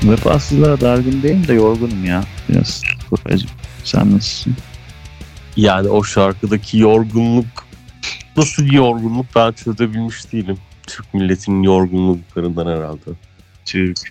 Vefasızlığa dargın değilim de yorgunum ya. Biraz Kofacığım. Sen nasılsın? Yani o şarkıdaki yorgunluk nasıl bir yorgunluk ben çözebilmiş değilim. Türk milletinin yorgunluklarından herhalde. Türk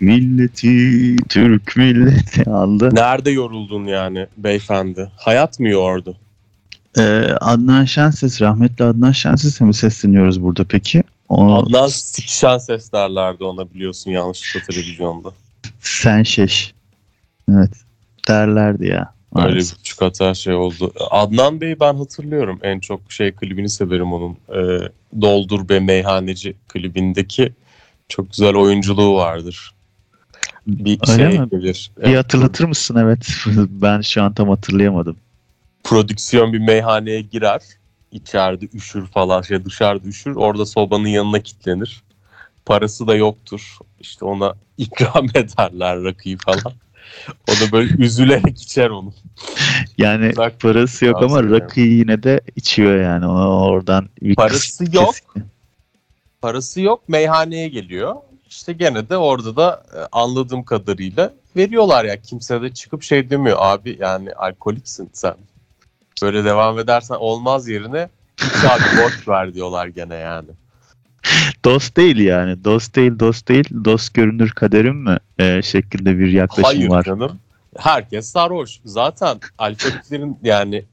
milleti aldı. Nerede yoruldun yani beyefendi? Hayat mı yordu? Adnan Şenses, rahmetli Adnan Şenses'e mi sesleniyoruz burada peki? Adnan Sikişen ses derlerdi ona, biliyorsun, yanlışlıkla televizyonda. Sen şeş. Evet. Derlerdi ya. Öyle bir küçük hata şey oldu. Adnan Bey ben hatırlıyorum. En çok klibini severim onun. Doldur Be Meyhaneci klibindeki çok güzel oyunculuğu vardır. Bir Öyle mi? gelir. Bir hatırlatır mısın? Evet. Ben şu an tam hatırlayamadım. Prodüksiyon bir meyhaneye girer. İçeride üşür falan, dışarıda üşür. Orada sobanın yanına kilitlenir. Parası da yoktur. İşte ona ikram ederler rakıyı falan. O da böyle üzülerek içer onu. Yani parası yok ama rakıyı yine de içiyor yani. Oradan bir parası yok. Parası yok. Meyhaneye geliyor. İşte gene de orada da anladığım kadarıyla veriyorlar ya. Kimse de çıkıp demiyor. Abi yani alkoliksin sen. Böyle devam edersen olmaz yerine hiç abi boş ver diyorlar gene yani. Dost değil yani. Dost değil. Dost görünür kaderim mi? Şeklinde bir yaklaşım Hayır var. Hayır canım. Herkes sarhoş. Zaten alkoliklerin yani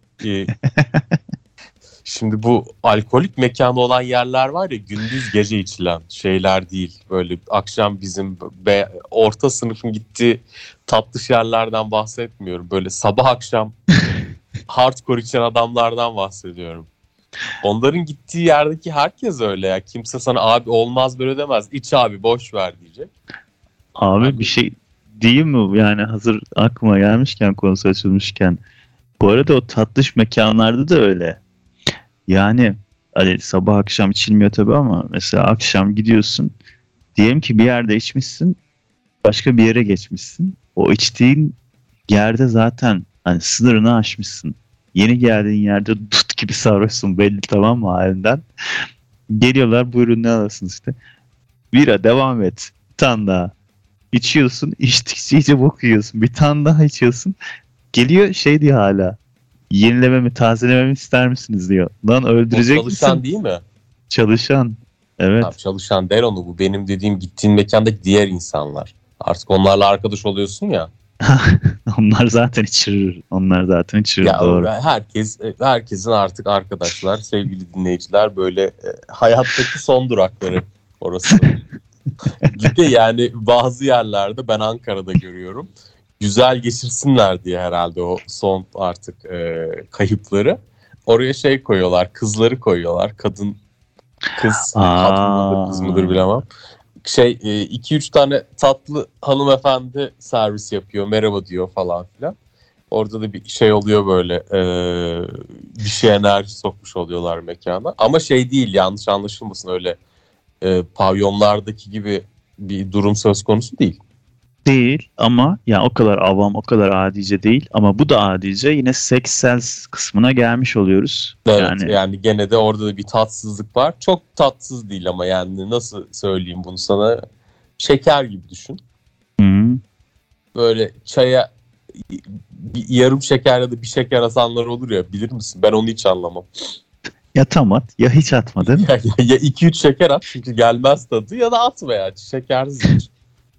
şimdi bu alkolik mekanı olan yerler var ya, gündüz gece içilen şeyler değil. Böyle akşam bizim orta sınıfın gittiği tatlış yerlerden bahsetmiyorum. Böyle sabah akşam hardcore içen adamlardan bahsediyorum. Onların gittiği yerdeki herkes öyle ya. Kimse sana abi olmaz böyle demez. İç abi boş ver diyecek. Abi yani bir şey diyeyim mi? Yani hazır aklıma gelmişken, konusu açılmışken. Bu arada o tatlış mekanlarda da öyle. Yani hani sabah akşam içilmiyor tabii ama mesela akşam gidiyorsun. Diyelim ki bir yerde içmişsin. Başka bir yere geçmişsin. O içtiğin yerde zaten hani sınırını aşmışsın. Yeni geldiğin yerde dut gibi sarhoşsun belli, tamam mı, halinden. Geliyorlar, buyurun ne alırsınız işte. Bira, devam et. Bir tane daha. İçiyorsun, içtikçe iyice bok yiyorsun. Bir tane daha içiyorsun. Geliyor diyor hala. Yenileme mi, tazeleme mi ister misiniz diyor. Lan öldürecek o misin? Çalışan değil mi? Çalışan. Evet. Abi çalışan der onu, bu benim dediğim gittiğin mekandaki diğer insanlar. Artık onlarla arkadaş oluyorsun ya. Onlar zaten içirir. Ya doğru. herkesin artık arkadaşlar, sevgili dinleyiciler, böyle hayattaki son durakları orası. Bir de yani bazı yerlerde ben Ankara'da görüyorum. Güzel geçirsinler diye herhalde o son artık kayıpları. Oraya koyuyorlar, kızları koyuyorlar. Kız mıdır kız mıdır bilemem. 2-3 tane tatlı hanımefendi servis yapıyor, merhaba diyor falan filan. Orada da bir oluyor böyle, bir enerji sokmuş oluyorlar mekana. Ama değil, yanlış anlaşılmasın, öyle pavyonlardaki gibi bir durum söz konusu değil. Değil ama yani o kadar avam, o kadar adice değil ama bu da adice, yine sex sells kısmına gelmiş oluyoruz. Evet yani gene de orada da bir tatsızlık var. Çok tatsız değil ama yani nasıl söyleyeyim bunu sana, şeker gibi düşün. Hı-hı. Böyle çaya bir yarım şeker ya da bir şeker atanlar olur ya, bilir misin? Ben onu hiç anlamam. Ya tam at ya hiç atmadın. ya 2-3 şeker at çünkü gelmez tadı, ya da atma ya, şekersiz.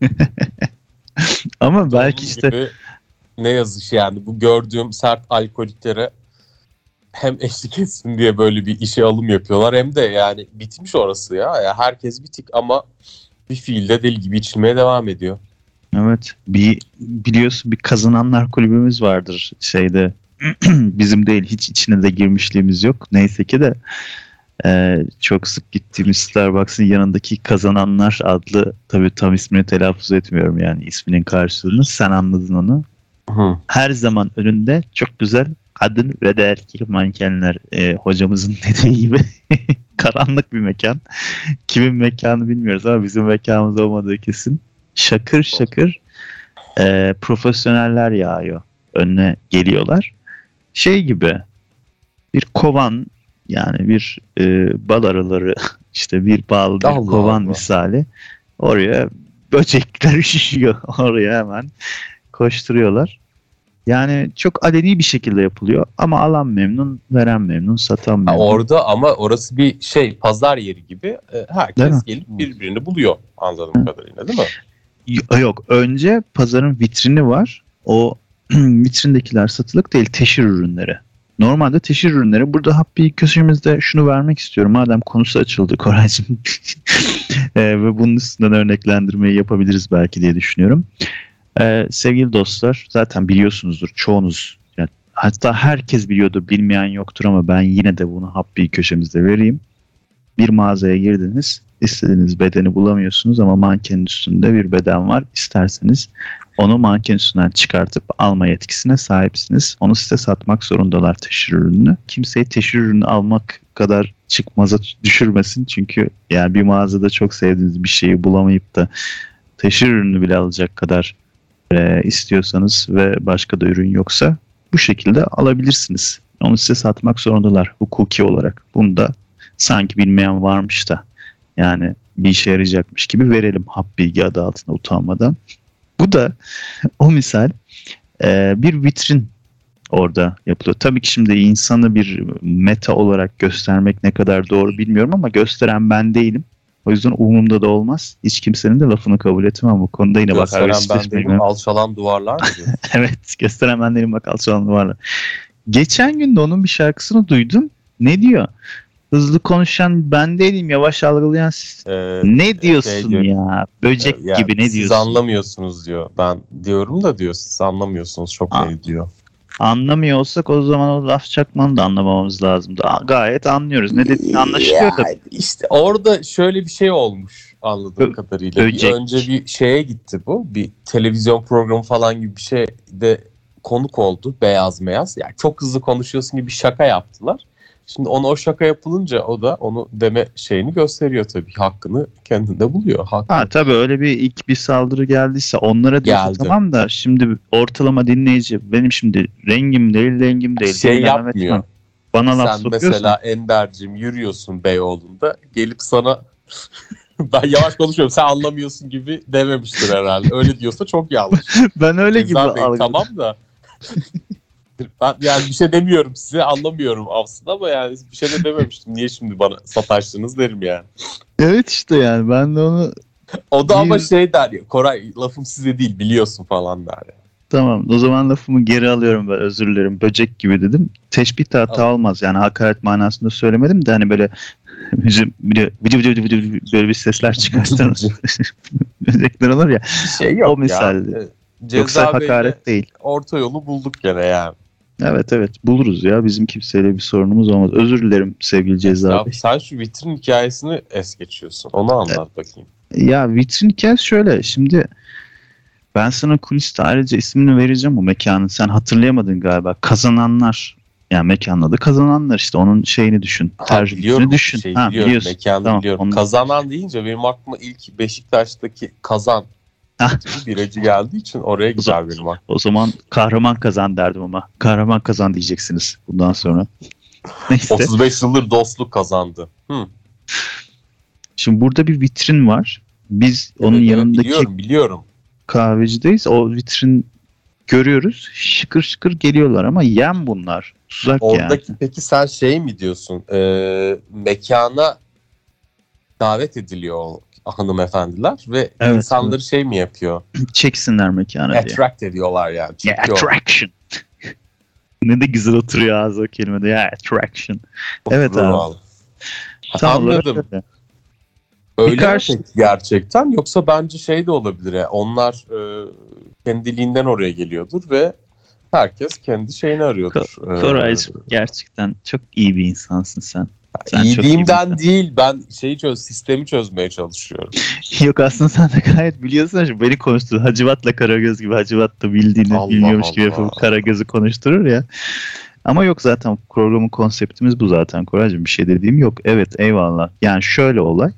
Ama belki işte ne yazık yani, bu gördüğüm sert alkoliklere hem eşlik etsin diye böyle bir işe alım yapıyorlar, hem de yani bitmiş orası ya. Herkes bitik ama bir fiilde deli gibi içilmeye devam ediyor. Evet, biliyorsun bir kazananlar kulübümüz vardır bizim değil, hiç içine de girmişliğimiz yok neyse ki de. Çok sık gittiğimiz Starbucks'ın yanındaki Kazananlar adlı, tabii tam ismini telaffuz etmiyorum yani isminin karşılığını, sen anladın onu. Hı. Her zaman önünde çok güzel kadın ve de erkek mankenler, hocamızın dediği gibi karanlık bir mekan. Kimin mekanı bilmiyoruz ama bizim mekanımız olmadığı kesin. Şakır şakır profesyoneller yağıyor. Önüne geliyorlar. Gibi bir kovan, yani bir bal arıları işte bir bal, bir kovan misali. Oraya böcekler üşüyor oraya, hemen koşturuyorlar. Yani çok aleni bir şekilde yapılıyor ama alan memnun, veren memnun, satan memnun. Orada ama orası bir pazar yeri gibi, herkes gelip birbirini buluyor anladığım kadarıyla, değil mi? Yok, önce pazarın vitrini var. O vitrindekiler satılık değil, teşhir ürünleri. Normalde teşhir ürünleri. Burada bir köşemizde şunu vermek istiyorum. Madem konusu açıldı Koraycığım. Ve bunun üstünden örneklendirmeyi yapabiliriz belki diye düşünüyorum. Sevgili dostlar, zaten biliyorsunuzdur çoğunuz. Yani, hatta herkes biliyordur, bilmeyen yoktur ama ben yine de bunu bir köşemizde vereyim. Bir mağazaya girdiniz. İstediğiniz bedeni bulamıyorsunuz ama mankenin üstünde bir beden var. İsterseniz onu manken üstünden çıkartıp alma yetkisine sahipsiniz. Onu size satmak zorundalar, teşhir ürününü. Kimseyi teşhir ürünü almak kadar çıkmaza düşürmesin. Çünkü yani bir mağazada çok sevdiğiniz bir şeyi bulamayıp da teşhir ürünü bile alacak kadar istiyorsanız ve başka da ürün yoksa bu şekilde alabilirsiniz. Onu size satmak zorundalar hukuki olarak. Bunu da sanki bilmeyen varmış da yani bir işe yarayacakmış gibi verelim hap bilgi adı altında utanmadan. Bu da o misal, bir vitrin orada yapılıyor. Tabii ki şimdi insanı bir meta olarak göstermek ne kadar doğru bilmiyorum ama gösteren ben değilim. O yüzden umurumda da olmaz. Hiç kimsenin de lafını kabul etmem bu konuda. Yine gösteren ben değilim, alçalan duvarlar mı diyor? Evet, gösteren ben değilim, bak alçalan duvarlar. Geçen gün de onun bir şarkısını duydum. Ne diyor? Hızlı konuşan ben değilim, yavaş algılayan siz. Ne diyorsun diyor, ya? Böcek gibi ne diyorsun? Siz anlamıyorsunuz diyor. Ben diyorum da diyor, siz anlamıyorsunuz çok iyi diyor. Anlamıyor olsak o zaman o laf çakmanı da anlamamız lazımdı. Gayet anlıyoruz. Ne dediğini anlaşılıyor da. İşte orada şöyle bir şey olmuş anladığım kadarıyla. Önce bir şeye gitti bu. Bir televizyon programı falan gibi bir şeyde konuk oldu. Beyaz meyaz. Yani çok hızlı konuşuyorsun gibi bir şaka yaptılar. Şimdi ona o şaka yapılınca o da onu deme şeyini gösteriyor tabii. Hakkını kendinde buluyor. Tabii öyle bir saldırı geldiyse onlara diyorsun tamam da şimdi ortalama dinleyici benim şimdi rengim değil. Şey yapmıyor. Bana laf sokuyorsun. Sen mesela Ender'cim yürüyorsun Beyoğlu'nda, gelip sana ben yavaş konuşuyorum sen anlamıyorsun gibi dememiştir herhalde. Öyle diyorsa çok yanlış. Ben öyle gibi algıladım. Tamam da ben yani bir şey demiyorum size, anlamıyorum aslında ama yani bir şey de dememiştim. Niye şimdi bana sataştınız derim yani. Evet işte yani ben de onu... O da ama şey der ya, Koray lafım size değil biliyorsun falan der ya. Tamam, o zaman lafımı geri alıyorum, ben özür dilerim, böcek gibi dedim. Teşbih de hata olmaz yani, hakaret manasında söylemedim de hani böyle böyle bir sesler çıkartan böcekler olur ya. Şey yok o misalde. Ya. Yoksa hakaret değil. Orta yolu bulduk gene yani. Evet buluruz ya, bizim kimseyle bir sorunumuz olmaz. Özür dilerim sevgili Ceza Bey. Sen şu vitrin hikayesini es geçiyorsun, onu anlat bakayım. Ya vitrin hikayesi şöyle, şimdi ben sana kuliste ayrıca ismini vereceğim o mekanın, sen hatırlayamadın galiba. Kazananlar, yani mekanın adı Kazananlar, işte onun şeyini düşün, tercihini düşün. Biliyorum, mekanı tamam, biliyorum. Kazanan deyince benim aklıma ilk Beşiktaş'taki Kazan biracı geldiği için oraya gider benim aklıma. O zaman Kahraman Kazan derdim ama Kahraman Kazan diyeceksiniz bundan sonra. Neyse. 35 yıldır dostluk kazandı. Şimdi burada bir vitrin var. Biz onun yanındaki biliyorum. Kahvecideyiz. O vitrin görüyoruz. Şıkır şıkır geliyorlar ama yem bunlar. Tuzak oradaki yani. Peki sen şey mi diyorsun? Mekana davet ediliyor o hanımefendiler ve insanları şey mi yapıyor? Çeksinler mekana diye. Attract ediyorlar yani. Attraction. Ne de güzel oturuyor ağzı o kelimede ya, attraction. Evet abi. Anladım. Öyle mi gerçekten, yoksa bence şey de olabilir ya, onlar kendiliğinden oraya geliyordur ve herkes kendi şeyini arıyordur. Koraycığım gerçekten çok iyi bir insansın sen. İyiliğimden değil, ben sistemi çözmeye çalışıyorum. Yok aslında sen de gayet biliyorsun. Beni konuştur. Hacivat'la Karagöz gibi. Hacivat da bildiğini bilmiyormuş gibi yapıp Karagöz'ü konuşturur ya. Ama yok, zaten programın konseptimiz bu zaten Koraycığım. Bir şey dediğim yok. Evet eyvallah. Yani şöyle olay.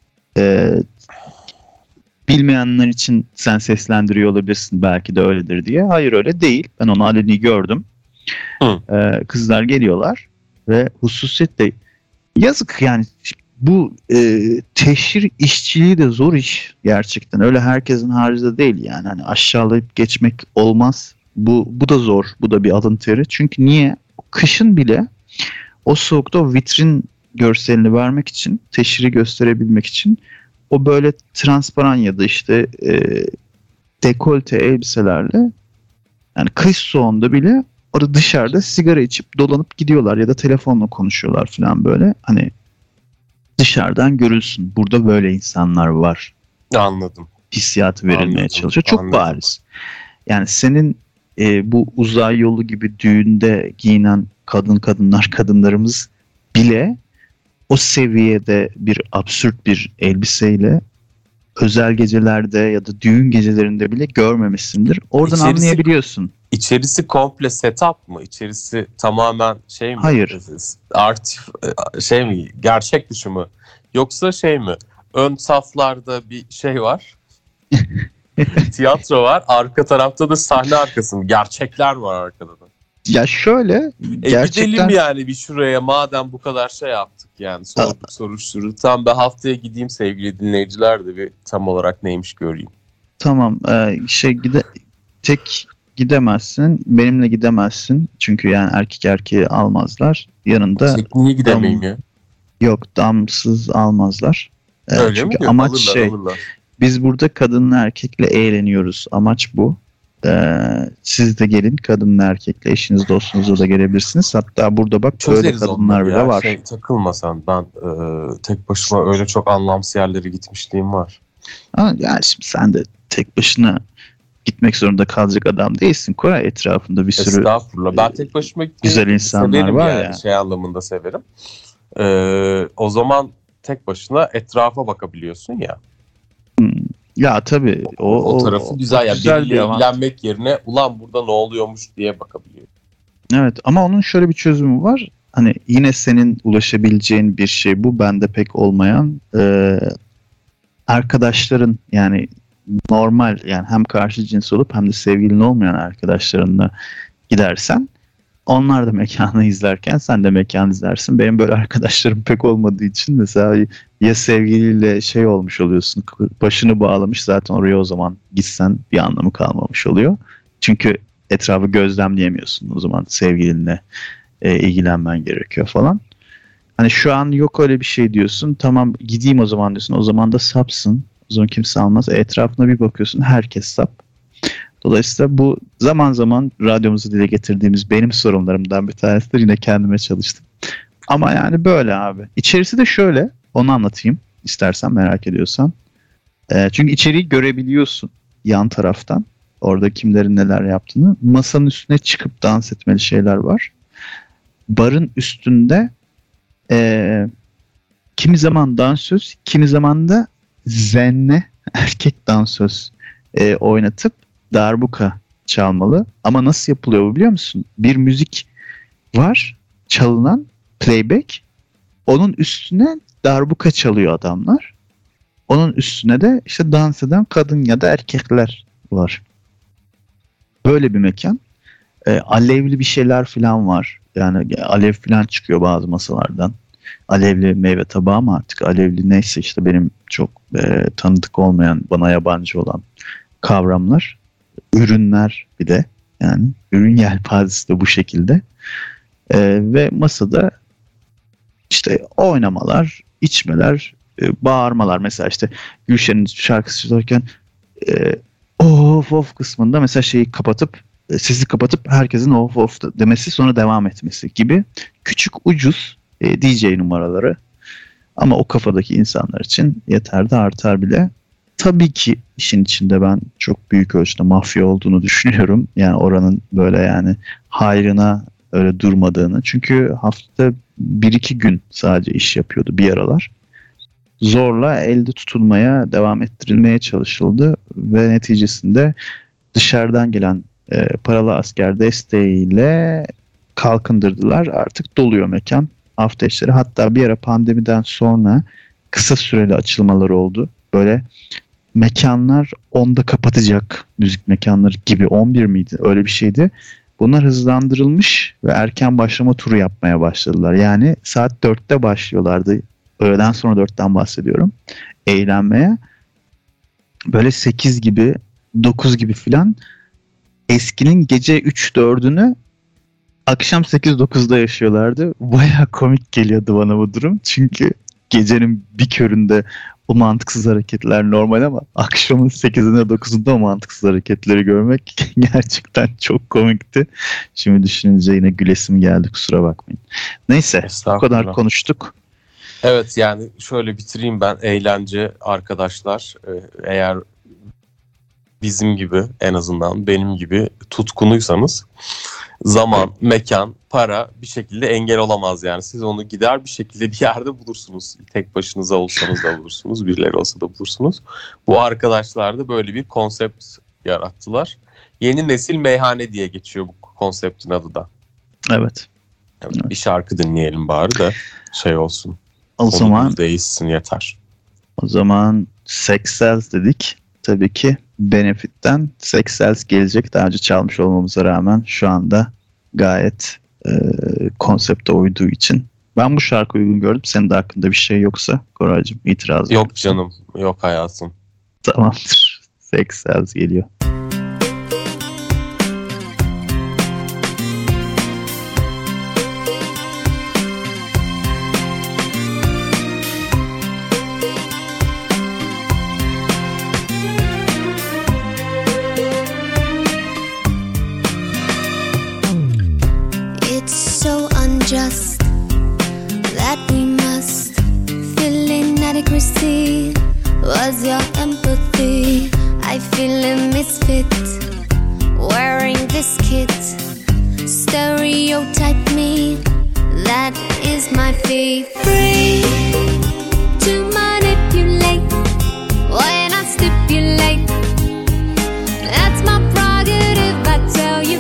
Bilmeyenler için sen seslendiriyor olabilirsin. Belki de öyledir diye. Hayır öyle değil. Ben onu aleni gördüm. Kızlar geliyorlar ve hususiyetle yazık yani, bu teşhir işçiliği de zor iş gerçekten. Öyle herkesin harcı değil yani. Hani aşağılayıp geçmek olmaz. Bu da zor. Bu da bir alın teri. Çünkü niye? Kışın bile o soğukta o vitrin görselini vermek için, teşhiri gösterebilmek için o böyle transparan ya da işte dekolte elbiselerle yani kış soğuğunda bile orada dışarıda sigara içip dolanıp gidiyorlar ya da telefonla konuşuyorlar falan böyle. Hani dışarıdan görülsün. Burada böyle insanlar var. Anladım. Hissiyatı verilmeye Anladım, çalışıyor. Çok anladım. bariz. Yani senin bu uzay yolu gibi düğünde giyinen kadınlarımız bile o seviyede bir absürt bir elbiseyle özel gecelerde ya da düğün gecelerinde bile görmemişsindir. Oradan anlayabiliyorsun. İçerisi komple setup mı? İçerisi tamamen şey mi? Hayır. Şey mi? Gerçek dışı mı? Yoksa şey mi? Ön saflarda bir şey var. Tiyatro var. Arka tarafta da sahne arkası mı? Gerçekler var arkada da. Ya şöyle gerçekten... Gidelim yani bir şuraya madem bu kadar şey yaptık yani sorduk soruşturduk. Tamam ben haftaya gideyim sevgili dinleyiciler de bir tam olarak neymiş göreyim. Tamam tek gidemezsin. Benimle gidemezsin. Çünkü yani erkek erkeği almazlar. Yanında niye gidemeyim ya? Yok damsız almazlar. Öyle çünkü mi? Amaç Alırlar. Biz burada kadınla erkekle eğleniyoruz. Amaç bu. Siz de gelin kadınla erkekle eşiniz dostunuzla da gelebilirsiniz. Hatta burada bak böyle kadınlar bile var. Takılmasan ben tek başıma öyle çok anlamsız yerlere gitmişliğim var. Yani şimdi sen de tek başına gitmek zorunda kalacak adam değilsin. Koray etrafında bir sürü Estağfurullah. Ben tek başıma güzel insanlar var ya. Şey anlamında severim. O zaman tek başına etrafa bakabiliyorsun ya. Ya tabii o tarafı güzel ya. Güzel Biriyle ilgilenmek yerine ulan burada ne oluyormuş diye bakabiliyor. Evet ama onun şöyle bir çözümü var. Hani yine senin ulaşabileceğin bir şey bu. Bende pek olmayan arkadaşların yani normal yani hem karşı cins olup hem de sevgilin olmayan arkadaşlarınla gidersen onlar da mekanı izlerken sen de mekanı izlersin. Benim böyle arkadaşlarım pek olmadığı için mesela ya sevgiliyle şey olmuş oluyorsun, başını bağlamış zaten oraya o zaman gitsen bir anlamı kalmamış oluyor. Çünkü etrafı gözlemleyemiyorsun o zaman sevgilinle ilgilenmen gerekiyor falan. Hani şu an yok öyle bir şey diyorsun. Tamam gideyim o zaman diyorsun. O zaman da sapsın. O zaman kimse almaz. Etrafına bir bakıyorsun herkes sap. Dolayısıyla bu zaman zaman radyomuzu dile getirdiğimiz benim sorunlarımdan bir tanesidir. Yine kendime çalıştım. Ama yani böyle abi. İçerisi de şöyle. Onu anlatayım. İstersen merak ediyorsan. Çünkü içeriği görebiliyorsun yan taraftan. Orada kimlerin neler yaptığını. Masanın üstüne çıkıp dans etmeli şeyler var. Barın üstünde kimi zaman dansöz, kimi zaman da zenne erkek dansöz oynatıp darbuka çalmalı. Ama nasıl yapılıyor bu biliyor musun? Bir müzik var çalınan playback. Onun üstüne darbuka çalıyor adamlar. Onun üstüne de işte dans eden kadın ya da erkekler var. Böyle bir mekan. Alevli bir şeyler falan var. Yani alev falan çıkıyor bazı masalardan. Alevli meyve tabağı mı artık alevli neyse işte benim çok tanıdık olmayan bana yabancı olan kavramlar. Ürünler bir de yani ürün yelpazesi de bu şekilde. Ve masada işte oynamalar, içmeler, bağırmalar. Mesela işte Gülşen'in şarkısı söylerken of of kısmında mesela şeyi kapatıp sesi kapatıp herkesin of of demesi sonra devam etmesi gibi küçük ucuz DJ numaraları ama o kafadaki insanlar için yeter de artar bile. Tabii ki işin içinde ben çok büyük ölçüde mafya olduğunu düşünüyorum. Yani oranın böyle yani hayrına öyle durmadığını. Çünkü haftada 1-2 gün sadece iş yapıyordu bir aralar. Zorla elde tutulmaya, devam ettirilmeye çalışıldı ve neticesinde dışarıdan gelen paralı asker desteğiyle kalkındırdılar. Artık doluyor mekan hafta içleri. Hatta bir ara pandemiden sonra kısa süreli açılmalar oldu. Böyle mekanlar 10'da kapatacak müzik mekanları gibi 11 miydi öyle bir şeydi. Bunlar hızlandırılmış ve erken başlama turu yapmaya başladılar. Yani saat 4'te başlıyorlardı öğleden sonra 4'ten bahsediyorum. Eğlenmeye. Böyle 8 gibi 9 gibi filan eskinin gece 3-4'ünü akşam 8-9'da yaşıyorlardı. Bayağı komik geliyordu bana bu durum. Çünkü gecenin bir köründe o mantıksız hareketler normal ama akşamın 8'inde 9'unda o mantıksız hareketleri görmek gerçekten çok komikti. Şimdi düşününce yine gülesim geldi, kusura bakmayın. Neyse, bu kadar konuştuk. Evet, yani şöyle bitireyim ben. Eğlence arkadaşlar, eğer bizim gibi, en azından benim gibi tutkunuysanız, zaman, mekan, para bir şekilde engel olamaz yani. Siz onu gider bir şekilde bir yerde bulursunuz. Tek başınıza olsanız da bulursunuz, birileri olsa da bulursunuz. Bu arkadaşlar da böyle bir konsept yarattılar. Yeni nesil meyhane diye geçiyor bu konseptin adı da. Evet. Evet. Bir şarkı dinleyelim bari de şey olsun. O zaman değişsin yeter. O zaman Sex Cells dedik. Tabii ki Benefit'ten Sex Cells gelecek. Daha önce çalmış olmamıza rağmen şu anda gayet konsepte uyduğu için. Ben bu şarkı uygun gördüm. Senin de hakkında bir şey yoksa Koraycığım, itiraz yok yoksa. Canım, yok hayatım. Tamamdır. Sex Cells geliyor. Just that we must feel inadequacy was your empathy. I feel a misfit wearing this kit. Stereotype me, that is my fate. Free to manipulate when I stipulate. That's my prerogative, I tell you.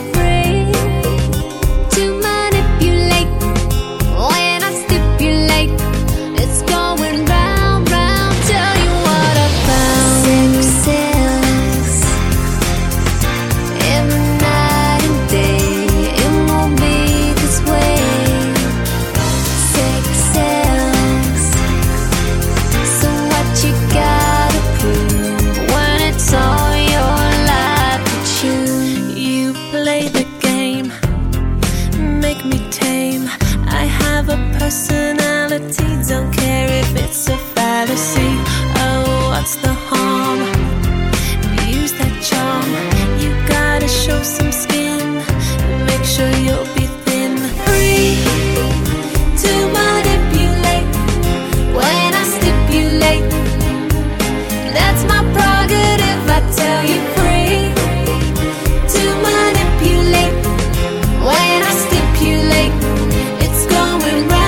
Personality, don't care if it's a fallacy. Oh, what's the harm? Use that charm. You gotta show some skin. Make sure you'll be thin. Free to manipulate when I stipulate. That's my prerogative, I tell you. Free to manipulate when I stipulate. It's going right.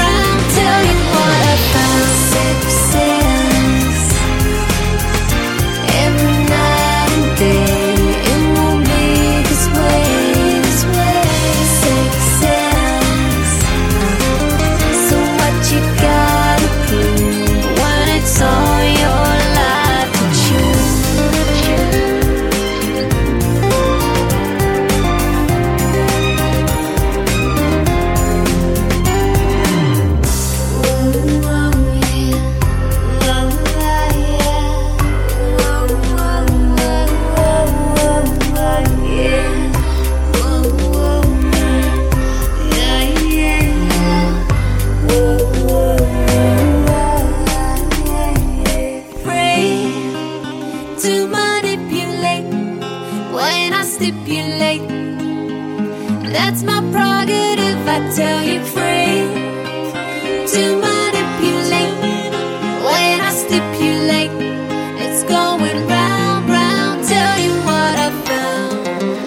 That's my prerogative, I tell you. Free to manipulate when I stipulate. It's going round, round, tell you what I found.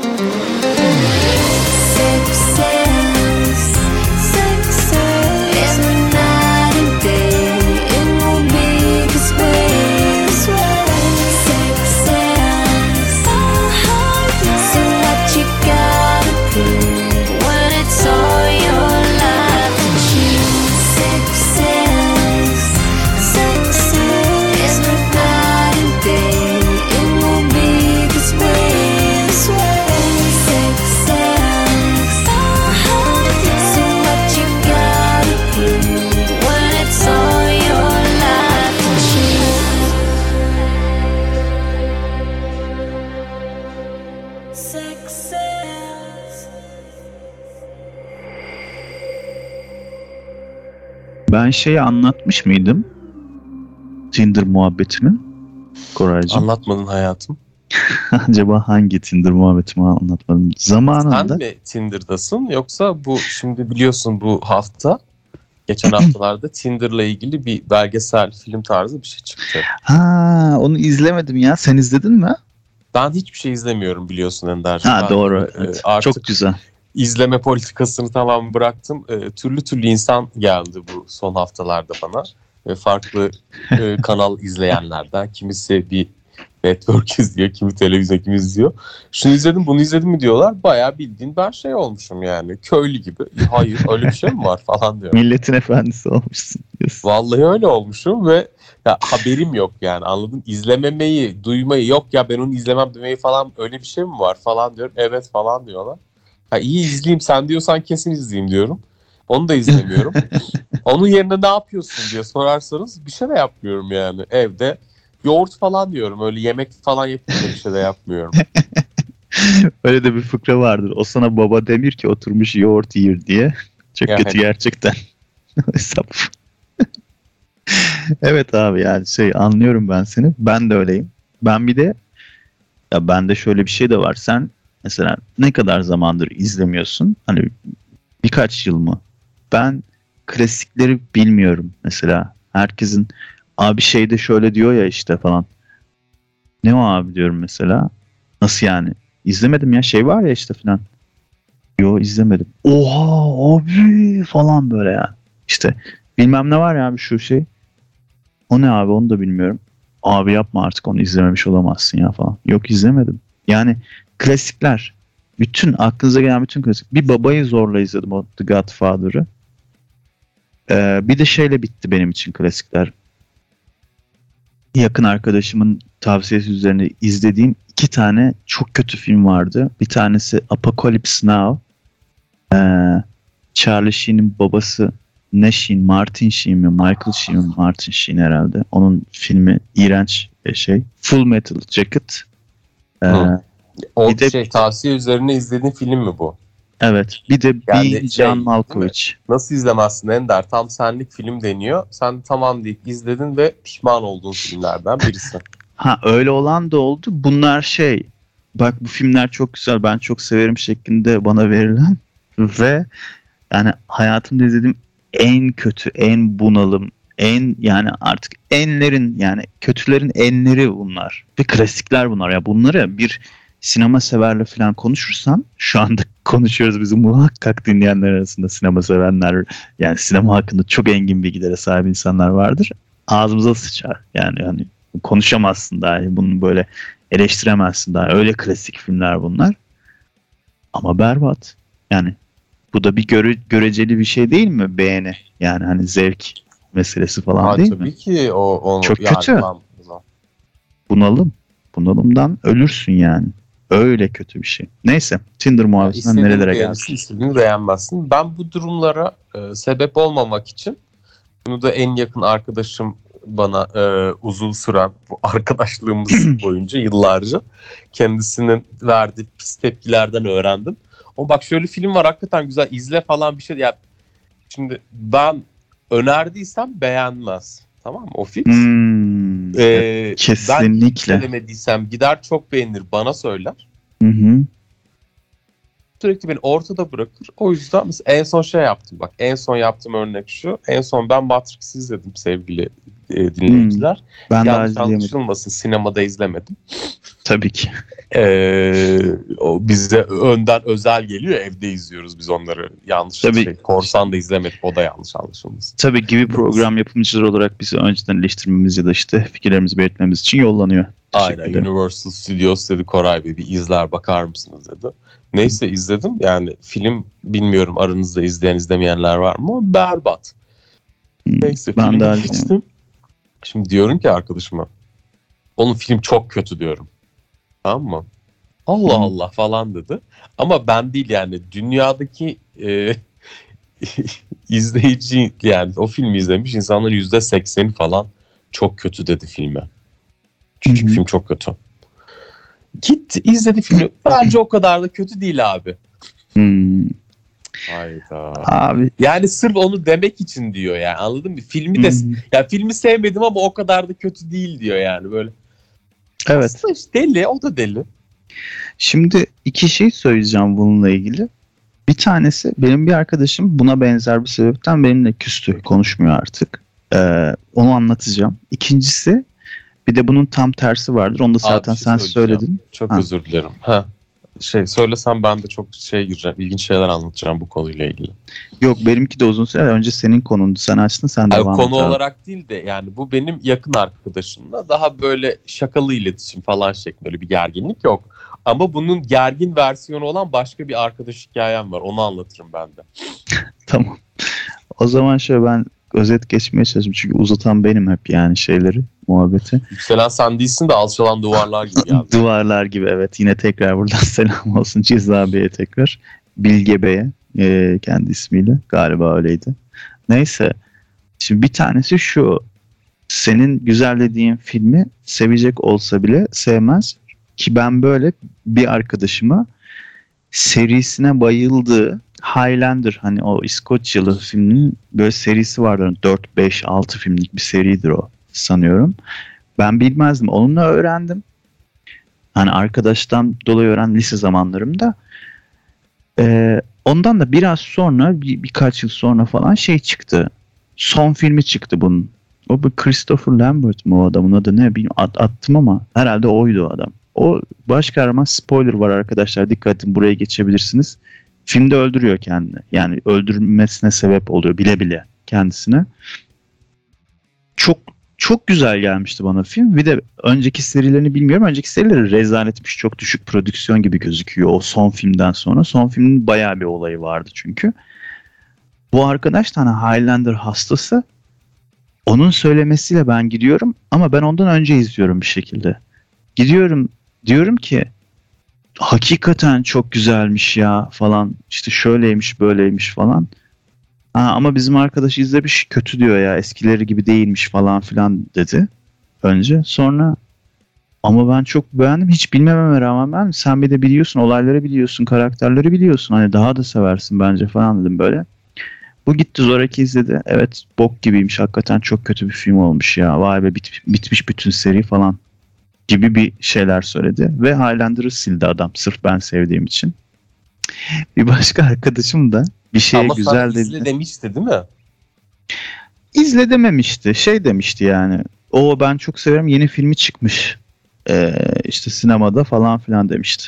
Sex sells, every night and day, in no biggest way. Sex sells, so what you gotta prove? All your life to choose. Sex sells, every night and day, Ben şeyi anlatmış mıydım? Tinder muhabbetimi. Koraycığım. Anlatmadın hayatım. Acaba hangi Tinder muhabbetimi anlatmadım? Zamanında. Sen mi Tinder'dasın yoksa bu şimdi biliyorsun bu hafta geçen haftalarda Tinder'la ilgili bir belgesel film tarzı bir şey çıktı. Ha, onu izlemedim ya. Sen izledin mi? Ben hiçbir şey izlemiyorum biliyorsun Ender'cim. Ha, Ben, doğru. Evet. Artık Çok güzel. izleme politikasını tamamen bıraktım. Türlü insan geldi bu son haftalarda bana. Farklı kanal izleyenlerden. Kimisi bir network izliyor, kimi televizyon, kimi izliyor. Şunu izledim, bunu izledim mi diyorlar. Bayağı bildiğin ben şey olmuşum yani. Köylü gibi. Hayır, öyle bir şey mi var falan diyor. Milletin efendisi olmuşsun diyorsun. Vallahi öyle olmuşum ve ya, haberim yok yani, anladın? İzlememeyi, duymayı, yok ya ben onu izlemem demeyi falan, öyle bir şey mi var falan diyorum. Evet falan diyorlar. Ha, iyi izleyeyim, sen diyorsan kesin izleyeyim diyorum. Onu da izlemiyorum. Onun yerine ne yapıyorsun diye sorarsanız bir şey de yapmıyorum yani. Evde yoğurt falan diyorum. Öyle yemek falan yapınca bir şey de yapmıyorum. Öyle de bir fıkra vardır. O sana baba demir ki oturmuş yoğurt yiyir diye. Çok Yani. kötü gerçekten. Hesap. Evet abi, yani anlıyorum ben seni. Ben de öyleyim. Ben bir de ya bende şöyle bir şey de var. Sen mesela ne kadar zamandır izlemiyorsun? Hani birkaç yıl mı? Ben klasikleri bilmiyorum mesela. Herkesin abi şeyde şöyle diyor ya işte falan. Ne o abi diyorum mesela. Nasıl yani? İzlemedim ya, şey var ya işte falan. Yo, izlemedim. Oha abi falan böyle ya. İşte bilmem ne var ya abi, şu şey. O ne abi, onu da bilmiyorum. Abi yapma artık, onu izlememiş olamazsın ya falan. Yok, izlemedim. Yani klasikler. Bütün aklınıza gelen bütün klasik. Bir babayı zorla izledim, o The Godfather'ı. Bir de şeyle bitti benim için klasikler. Yakın arkadaşımın tavsiyesi üzerine izlediğim 2 tane çok kötü film vardı. Bir tanesi Apocalypse Now. Charlie Sheen'in babası ne Sheen? Martin Sheen mi? Michael Sheen mi? Martin Sheen herhalde. Onun filmi iğrenç şey. Full Metal Jacket. O bir de şey tavsiye üzerine izlediğin film mi bu? Evet. Bir de Yani Being John Malkovich. Nasıl izlemezsin Ender? Tam senlik film deniyor. Sen tamam deyip izledin ve pişman olduğun filmlerden birisi. Ha, öyle olan da oldu. Bunlar bak bu filmler çok güzel, ben çok severim şeklinde bana verilen ve yani hayatımda izlediğim en kötü, en bunalım, en yani artık enlerin, yani kötülerin enleri bunlar. Ve klasikler bunlar. Ya bunları bir sinema severle falan konuşursan, şu anda konuşuyoruz, bizim muhakkak dinleyenler arasında sinema sevenler, yani sinema hakkında çok engin bilgilere sahip insanlar vardır. Ağzımıza sıçar. Yani konuşamazsın dahi. Bunu böyle eleştiremezsin dahi. Öyle klasik filmler bunlar. Ama berbat. Yani bu da bir göreceli bir şey değil mi? Beğeni. Yani hani zevk meselesi falan değil mi? Tabii ki onu çok kötü. yargılamam. Bunalım. Bunalımdan ölürsün yani. Öyle kötü bir şey. Neyse. Tinder muhabbetinden nerelere geldik? İstediğini beğenmezsin. Ben bu durumlara sebep olmamak için, bunu da en yakın arkadaşım bana uzun süren bu arkadaşlığımız boyunca yıllarca kendisinin verdiği pis tepkilerden öğrendim. O bak şöyle film var hakikaten güzel, izle falan bir şey. Ya şimdi ben önerdiysem beğenmez. Tamam mı? O fix. Kesinlikle. Ben söylemediysem gider çok beğenir, bana söyler. Hı. Sürekli beni ortada bırakır. O yüzden mesela en son şey yaptım. Bak en son yaptığım örnek şu. En son ben Matrix izledim sevgili dinleyiciler. Ben yanlış daha anlaşılmasın, sinemada izlemedim. Tabii ki. O bize önden özel geliyor, evde izliyoruz biz onları. Yanlış Korsan da izlemedik, o da yanlış anlaşılmasın. Tabii gibi program yapımcıları olarak bizi önceden eleştirmemiz ya da işte fikirlerimizi belirtmemiz için yollanıyor. Aynen, Universal Studios dedi, Koray Bey bir izler bakar mısınız dedi. Neyse izledim. Yani film bilmiyorum aranızda izleyen izlemeyenler var mı? Berbat. Neyse ben de geçtim. Şimdi diyorum ki arkadaşıma, onun film çok kötü diyorum. Tamam mı? Allah Allah falan dedi. Ama ben değil yani, dünyadaki izleyici, yani o filmi izlemiş insanların %80'i falan çok kötü dedi filme. Çünkü film çok kötü. Gitti izledi filmi. Bence o kadar da kötü değil abi. Hayda. Abi Yani sırf onu demek için diyor yani, anladın mı? Filmi de ya filmi sevmedim ama o kadar da kötü değil diyor yani böyle. evet. Aslında işte deli, o da deli. Şimdi iki şey söyleyeceğim bununla ilgili. Bir tanesi, benim bir arkadaşım buna benzer bir sebepten benimle küstü. Konuşmuyor artık. Onu anlatacağım. İkincisi, bir de bunun tam tersi vardır. Onu da zaten bir şey sen söyleyeceğim. söyledin. Çok Ha. özür dilerim. Söylesem ben de çok ilginç şeyler anlatacağım bu konuyla ilgili. Yok, benimki de uzun süre. Önce senin konundu. Sen açtın, sen devam et. Konu olarak değil de yani bu benim yakın arkadaşımla daha böyle şakalı iletişim falan şeklinde, öyle bir gerginlik yok. Ama bunun gergin versiyonu olan başka bir arkadaş hikayem var. Onu anlatırım ben de. Tamam. O zaman şöyle, ben özet geçmeye çalışayım. Çünkü uzatan benim hep yani şeyleri, muhabbeti. Yükselen sen değilsin de alçalan duvarlar gibi geldi. Duvarlar gibi, evet. Yine tekrar buradan selam olsun Ceza Bey'e tekrar. Bilge Bey'e kendi ismiyle. Galiba öyleydi. Neyse. Şimdi bir tanesi şu. Senin güzel dediğin filmi sevecek olsa bile sevmez. Ki ben böyle bir arkadaşıma serisine bayıldığı Highlander, hani o İskoçyalı filmin böyle serisi vardır. 4, 5, 6 filmlik bir seridir o sanıyorum. Ben bilmezdim. Onunla öğrendim. Hani arkadaştan dolayı öğrendim lise zamanlarımda. Ondan da biraz sonra, birkaç yıl sonra falan şey çıktı. Son filmi çıktı bunun. O bir Christopher Lambert mı o adamın adı, ne bilmiyorum, attım ama herhalde oydu o adam. O baş kahraman, spoiler var arkadaşlar, dikkat edin, buraya geçebilirsiniz. Filmde öldürüyor kendini. Yani öldürmesine sebep oluyor bile bile kendisine. Çok çok güzel gelmişti bana film. Bir de önceki serilerini bilmiyorum. Önceki serileri rezaletmiş. Çok düşük prodüksiyon gibi gözüküyor o son filmden sonra. Son filmin bayağı bir olayı vardı çünkü. Bu arkadaş tane Highlander hastası. Onun söylemesiyle ben gidiyorum ama ben ondan önce izliyorum bir şekilde. Gidiyorum, diyorum ki hakikaten çok güzelmiş ya falan, işte şöyleymiş böyleymiş falan. Ama bizim arkadaş izlemiş, kötü diyor ya, eskileri gibi değilmiş falan filan dedi önce. Sonra ama ben çok beğendim, hiç bilmememe rağmen, ben sen bir de biliyorsun, olayları biliyorsun, karakterleri biliyorsun, hani daha da seversin bence falan dedim böyle. Bu gitti zoraki izledi. Evet, bok gibiymiş. Hakikaten çok kötü bir film olmuş ya. Vay be, bitmiş bütün seri falan gibi bir şeyler söyledi. Ve Highlander'ı sildi adam. Sırf ben sevdiğim için. Bir başka arkadaşım da bir şeye ama güzel dedi. dedi. İzle demişti değil mi? İzle dememişti. Şey demişti yani. O ben çok severim, yeni filmi çıkmış. İşte sinemada falan filan demişti.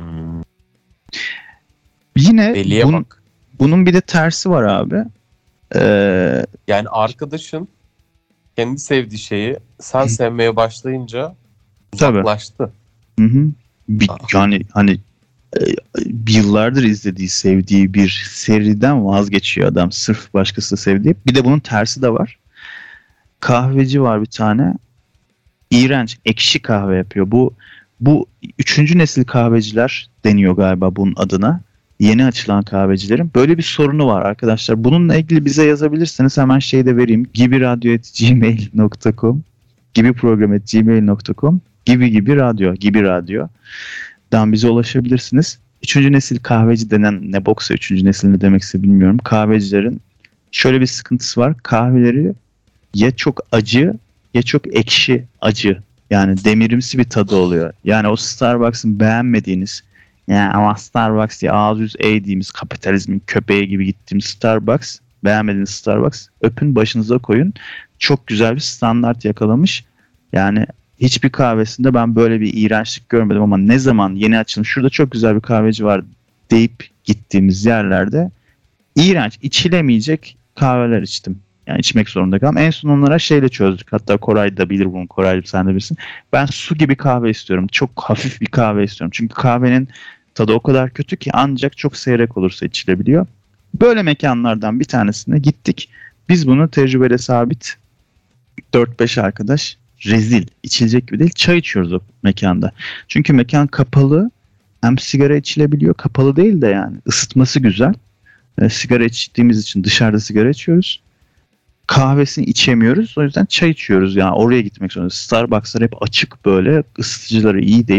Yine Deliye bak. Bunun bir de tersi var abi. Yani arkadaşın kendi sevdiği şeyi sen sevmeye başlayınca uzaklaştı. Hı. Yani hani yıllardır izlediği, sevdiği bir seriden vazgeçiyor adam sırf başkası sevdiği. Bir de bunun tersi de var. Kahveci var bir tane. İğrenç, ekşi kahve yapıyor. Bu 3. nesil kahveciler deniyor galiba bunun adına. Yeni açılan kahvecilerin böyle bir sorunu var arkadaşlar. Bununla ilgili bize yazabilirseniz hemen şey de vereyim. gibiradyo@gmail.com gibiprogram@gmail.com gibi radyodan bize ulaşabilirsiniz. 3. nesil kahveci denen, ne boksa 3. nesil ne demekse bilmiyorum. Kahvecilerin şöyle bir sıkıntısı var. Kahveleri ya çok acı ya çok ekşi acı. Yani demirimsi bir tadı oluyor. Yani o Starbucks'ın beğenmediğiniz, yani ama Starbucks diye ağız yüz eğdiğimiz, kapitalizmin köpeği gibi gittiğimiz Starbucks, beğenmediğiniz Starbucks, öpün başınıza koyun. Çok güzel bir standart yakalamış. Yani hiçbir kahvesinde ben böyle bir iğrençlik görmedim ama ne zaman yeni açılmış, şurada çok güzel bir kahveci var deyip gittiğimiz yerlerde iğrenç, içilemeyecek kahveler içtim. Yani içmek zorunda kaldım. En son onlara şeyle çözdük. Hatta Koray da bilir bunu. Koray, sen de bilirsin. Ben su gibi kahve istiyorum. Çok hafif bir kahve istiyorum. Çünkü kahvenin tadı o kadar kötü ki ancak çok seyrek olursa içilebiliyor. Böyle mekanlardan bir tanesine gittik. Biz bunu tecrübeli sabit 4-5 arkadaş, rezil, içilecek gibi değil, çay içiyoruz o mekanda. Çünkü mekan kapalı. Hem sigara içilebiliyor. Kapalı değil de yani. Isıtması güzel. Sigara içtiğimiz için dışarıda sigara içiyoruz. Kahvesini içemiyoruz. O yüzden çay içiyoruz. Yani oraya gitmek zorundayız. Starbucks'lar hep açık böyle. Isıtıcıları iyi değil.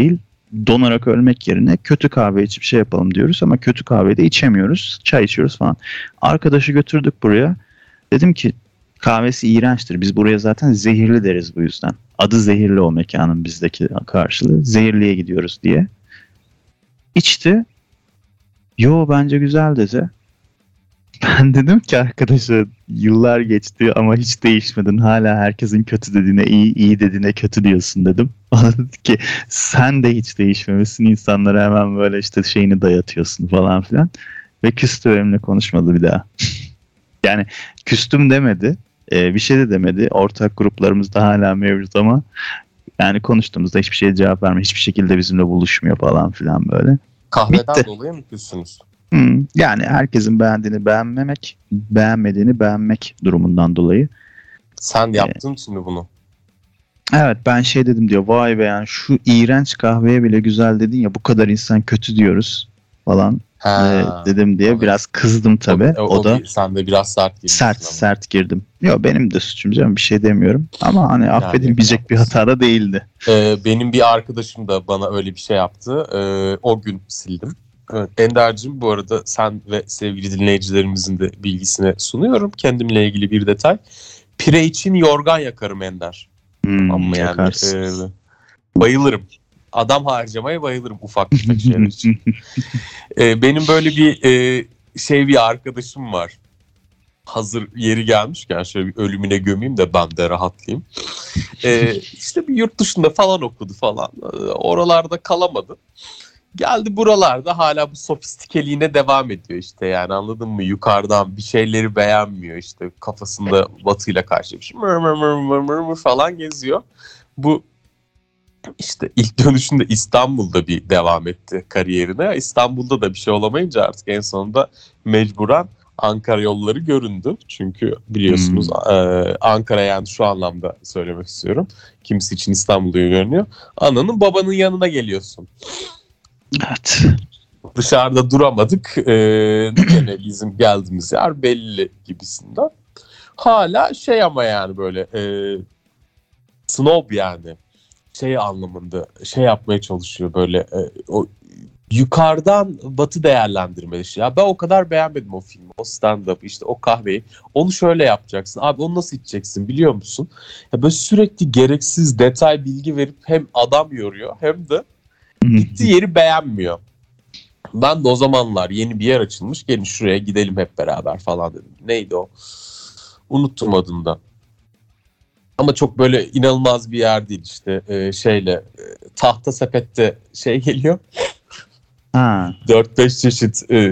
donarak ölmek yerine kötü kahve içip şey yapalım diyoruz ama kötü kahveyi de içemiyoruz. Çay içiyoruz falan. Arkadaşı götürdük buraya. Dedim ki kahvesi iğrençtir. Biz buraya zaten zehirli deriz bu yüzden. Adı zehirli o mekanın bizdeki karşılığı. Zehirliye gidiyoruz diye. İçti. Yo bence güzel dedi. Ben dedim ki arkadaşa yıllar geçti ama hiç değişmedin. Hala herkesin kötü dediğine iyi, iyi dediğine kötü diyorsun dedim. Bana dedi ki sen de hiç değişmemişsin. İnsanlara hemen böyle işte şeyini dayatıyorsun falan filan. Ve küstü, benimle konuşmadı bir daha. Yani küstüm demedi. Bir şey de demedi. Ortak gruplarımız da hala mevcut ama yani konuştuğumuzda hiçbir şeye cevap vermiyor. Hiçbir şekilde bizimle buluşmuyor falan filan böyle. Kahveden Bitti. dolayı mı küssünüz? Yani herkesin beğendiğini beğenmemek, beğenmediğini beğenmek durumundan dolayı. Sen yaptın şimdi bunu. Evet ben şey dedim diyor. Vay be yani şu iğrenç kahveye bile güzel dedin ya, bu kadar insan kötü diyoruz falan dedim diye biraz kızdım tabii. O da sen de biraz sert girdin. sert girdim. Yok benim de suçum canım, bir şey demiyorum. Ama hani affedilmeyecek bir hata da değildi. Benim bir arkadaşım da bana öyle bir şey yaptı. O gün sildim. Evet, Ender'cim bu arada sen ve sevgili dinleyicilerimizin de bilgisine sunuyorum. Kendimle ilgili bir detay. Pire için yorgan yakarım Ender. Tamam mı yani? Bayılırım. Adam harcamaya bayılırım ufak tefek şeyler için. Benim böyle bir arkadaşım var. Hazır yeri gelmişken şöyle bir ölümüne gömeyim de ben de rahatlayayım. İşte bir yurt dışında falan okudu falan. Oralarda kalamadı. Geldi buralarda hala bu sofistikeliğine devam ediyor işte, yani anladın mı? Yukarıdan bir şeyleri beğenmiyor işte, kafasında Batı'yla karşılaşmış. Mır falan geziyor. Bu işte ilk dönüşünde İstanbul'da bir devam etti kariyerine. İstanbul'da da bir şey olamayınca artık en sonunda mecburen Ankara yolları göründü. Çünkü biliyorsunuz Ankara, yani şu anlamda söylemek istiyorum. Kimisi için İstanbul'da görünüyor. Ananın babanın yanına geliyorsun. Evet. Dışarıda duramadık. Gene bizim geldiğimiz yer belli gibisinden. Hala şey ama yani böyle snob yani. Şey anlamında şey yapmaya çalışıyor böyle o yukarıdan Batı değerlendirmeli şey. Ya ben o kadar beğenmedim o filmi, o stand-up, işte o kahveyi. Onu şöyle yapacaksın. Abi onu nasıl içeceksin biliyor musun? Ya böyle sürekli gereksiz detay bilgi verip hem adam yoruyor hem de gittiği yeri beğenmiyor. Ben de o zamanlar yeni bir yer açılmış, gelin şuraya gidelim hep beraber falan dedim. Neydi o? Unuttum adını da. Ama çok böyle inanılmaz bir yer değil işte, tahta sepette şey geliyor. 4-5 çeşit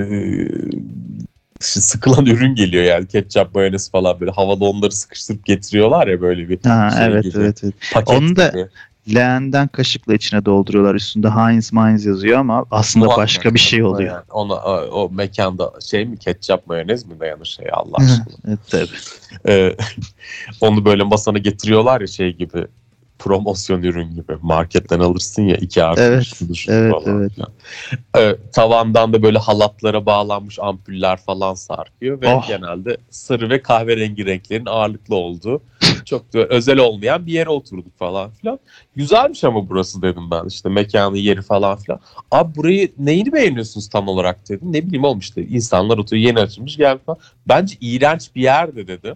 sıkılan ürün geliyor yani, ketçap, mayonez falan, böyle havada onları sıkıştırıp getiriyorlar ya böyle bir evet, gibi. Evet. Paket onu da gibi. Leğenden kaşıkla içine dolduruyorlar. Üstünde Heinz yazıyor ama aslında başka bir şey oluyor. Yani o mekanda ketçap mayonez mi dayanır şey Allah aşkına. Evet tabii. Onu böyle masana getiriyorlar ya gibi, promosyon ürün gibi. Marketten alırsın ya 2 artı evet, falan. Tavandan da böyle halatlara bağlanmış ampuller falan sarkıyor ve genelde sarı ve kahverengi renklerin ağırlıklı olduğu, çok da özel olmayan bir yere oturduk falan filan. Güzelmiş ama burası dedim ben, işte mekanı, yeri falan filan. Abi burayı neyini beğeniyorsunuz tam olarak dedim. Ne bileyim oğlum işte insanlar oturuyor, yeni açılmış geldi falan. Bence iğrenç bir yerdi dedi.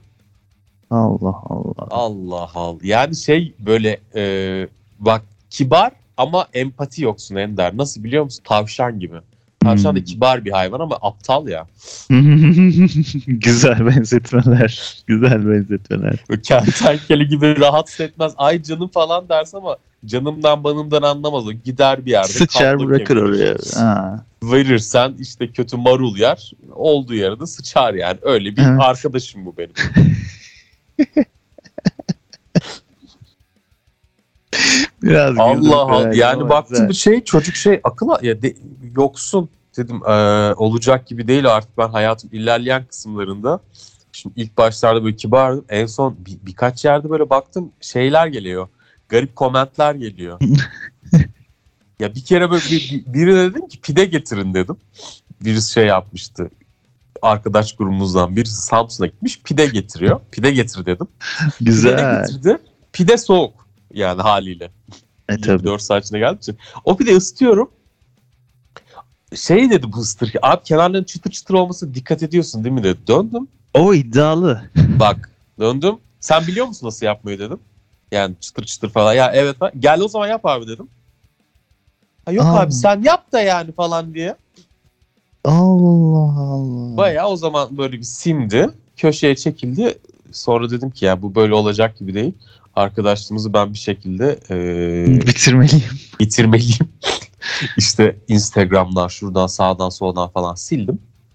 Allah. Yani böyle bak, kibar ama empati yoksun Ender. Nasıl biliyor musun? Tavşan gibi. Tavşan da kibar bir hayvan ama aptal ya. Güzel benzetmeler. Kertenkele gibi rahatsız etmez. Ay canım falan dersin ama canımdan banımdan anlamaz o. Gider bir yerde. Sıçar bırakır oraya. Verirsen işte kötü marul yer. Olduğu yerde sıçar yani. Öyle bir arkadaşım bu benim. Biraz Allah yani baktım bu çocuk akıla ya yoksun dedim, olacak gibi değil artık. Ben hayatım ilerleyen kısımlarında, şimdi ilk başlarda böyle kibardım, en son birkaç yerde böyle baktım şeyler geliyor, garip komentler geliyor. Ya bir kere böyle biri dedim ki pide getirin dedim, birisi yapmıştı, arkadaş grubumuzdan birisi Samsun'a gitmiş, pide getiriyor, pide getir dedim. Güzel. Pide getirdi, pide soğuk yani haliyle. tabii. 24 saat içinde geldiği için. O pide ısıtıyorum. Şey dedi bu ısıtırken. Abi kenarların çıtır çıtır olması dikkat ediyorsun değil mi dedi. Döndüm. O iddialı. Bak döndüm. Sen biliyor musun nasıl yapmayı dedim. Yani çıtır çıtır falan. Ya evet. Gel o zaman yap abi dedim. Ha, yok abi sen yap da yani falan diye. Allah Allah. Bayağı o zaman böyle bir sindi. Köşeye çekildi. Sonra dedim ki ya bu böyle olacak gibi değil. Arkadaşlığımızı ben bir şekilde bitirmeliyim. İşte Instagram'dan şuradan sağdan soldan falan sildim.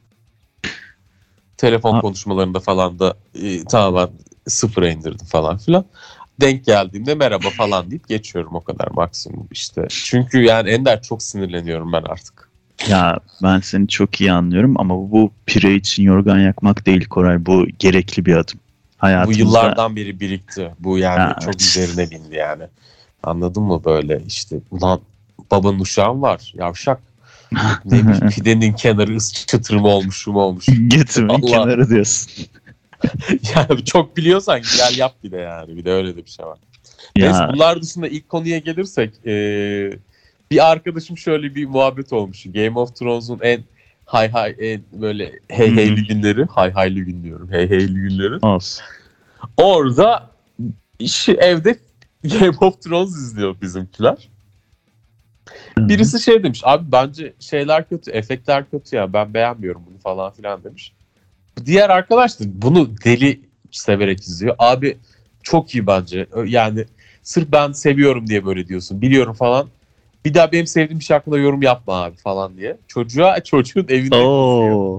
Telefon konuşmalarında falan da tamamen sıfıra indirdim falan filan. Denk geldiğimde merhaba falan deyip geçiyorum, o kadar maksimum işte. Çünkü yani Ender çok sinirleniyorum ben artık. Ya ben seni çok iyi anlıyorum ama bu pire için yorgan yakmak değil Koray. Bu gerekli bir adım. Hayatımızda... Bu yıllardan beri birikti. Bu yani Ha, çok evet. üzerine bindi yani. Anladın mı böyle işte. Ulan babanın uşağın var yavşak. Ne bileyim pidenin kenarı çıtır mı olmuş şu mu olmuş. Getirmeyin Allah. kenarı diyorsun. Yani çok biliyorsan gel yap bir de yani. Bir de öyle de bir şey var. Neyse Ya bunlar dışında ilk konuya gelirsek bir arkadaşım şöyle bir muhabbet olmuş. Game of Thrones'un en en böyle heyli günleri. Hayli gün diyorum. Heyli günleri. olsun. Orada evde Game of Thrones izliyor bizimkiler. Birisi şey demiş. Abi bence şeyler kötü. Efektler kötü ya. Ben beğenmiyorum bunu falan filan demiş. Diğer arkadaş da bunu deli severek izliyor. Abi çok iyi bence. Yani sırf ben seviyorum diye böyle diyorsun. Biliyorum falan. Bir daha benim sevdiğim bir şey hakkında yorum yapma abi falan diye. Çocuğun evinde izliyor. Oo.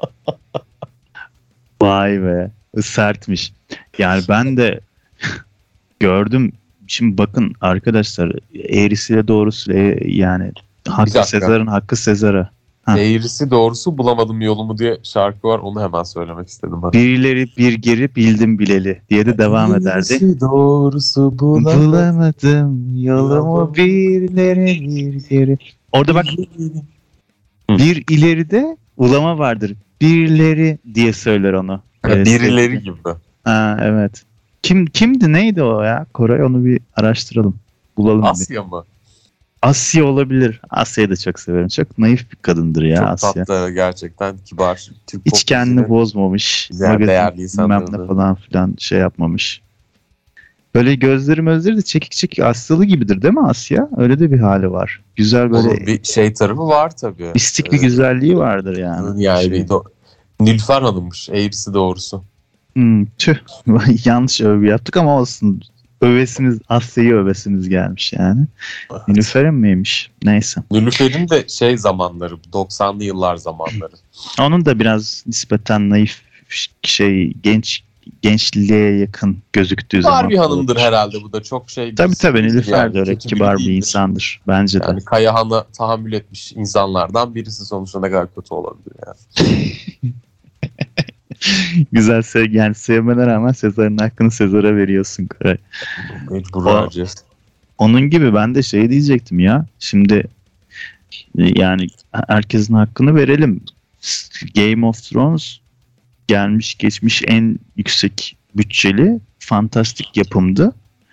Vay be. Sertmiş. Yani ben de gördüm. Şimdi bakın arkadaşlar, eğrisiyle doğrusuyla yani hakkı dakika. Sezar'ın hakkı Sezar'a. Ha. Eğrisi doğrusu bulamadım yolumu diye şarkı var. Onu hemen söylemek istedim. Hadi. Birileri bir geri bildim bileli diye de devam ederdi. Eğrisi doğrusu bulamadım. Bulamadım yolumu birileri bir geri. Orada bak bir ileride ulama vardır. Birileri diye söyler onu. Birileri gibi. Ha, evet. Kimdi neydi o ya? Koray, onu bir araştıralım. Bulalım bir. Asya mı? Asya olabilir. Asya'yı da çok severim. Çok naif bir kadındır ya Çok Asya. tatlı gerçekten, kibar. Türk Hiç pop kendini müziği. bozmamış. Güzel, Magazin değerli bilmem insanlardı. ne falan filan şey yapmamış. Böyle gözleri de çekik çekik Asyalı gibidir değil mi Asya? Öyle de bir hali var. Güzel böyle Onun bir şey tarafı var tabii. mistik bir güzelliği vardır yani. Yani bir Nilüfer Hanım'mış eğrisi doğrusu. Tüh. Yanlış övgü yaptık ama olsun. Asya'yı övesimiz gelmiş yani. Nilüfer'in miymiş? Neyse. Nilüfer'in de şey zamanları, 90'lı yıllar zamanları. Onun da biraz nispeten naif gençliğe yakın gözüktüğü zaman. Kibar bir hanımdır herhalde bu da, çok şey. Tabii Nilüfer de öyle kötü biri kibar bir değildir. insandır bence de. Yani Kayahan'a tahammül etmiş insanlardan birisi, sonuçta ne kadar kötü olabilir yani. Güzel yani sevmene rağmen Sezar'ın hakkını Sezar'a veriyorsun Koray. Mecbur O- vereceğiz. Onun gibi ben de şey diyecektim ya. Şimdi yani herkesin hakkını verelim. Game of Thrones gelmiş geçmiş en yüksek bütçeli fantastik yapımdı.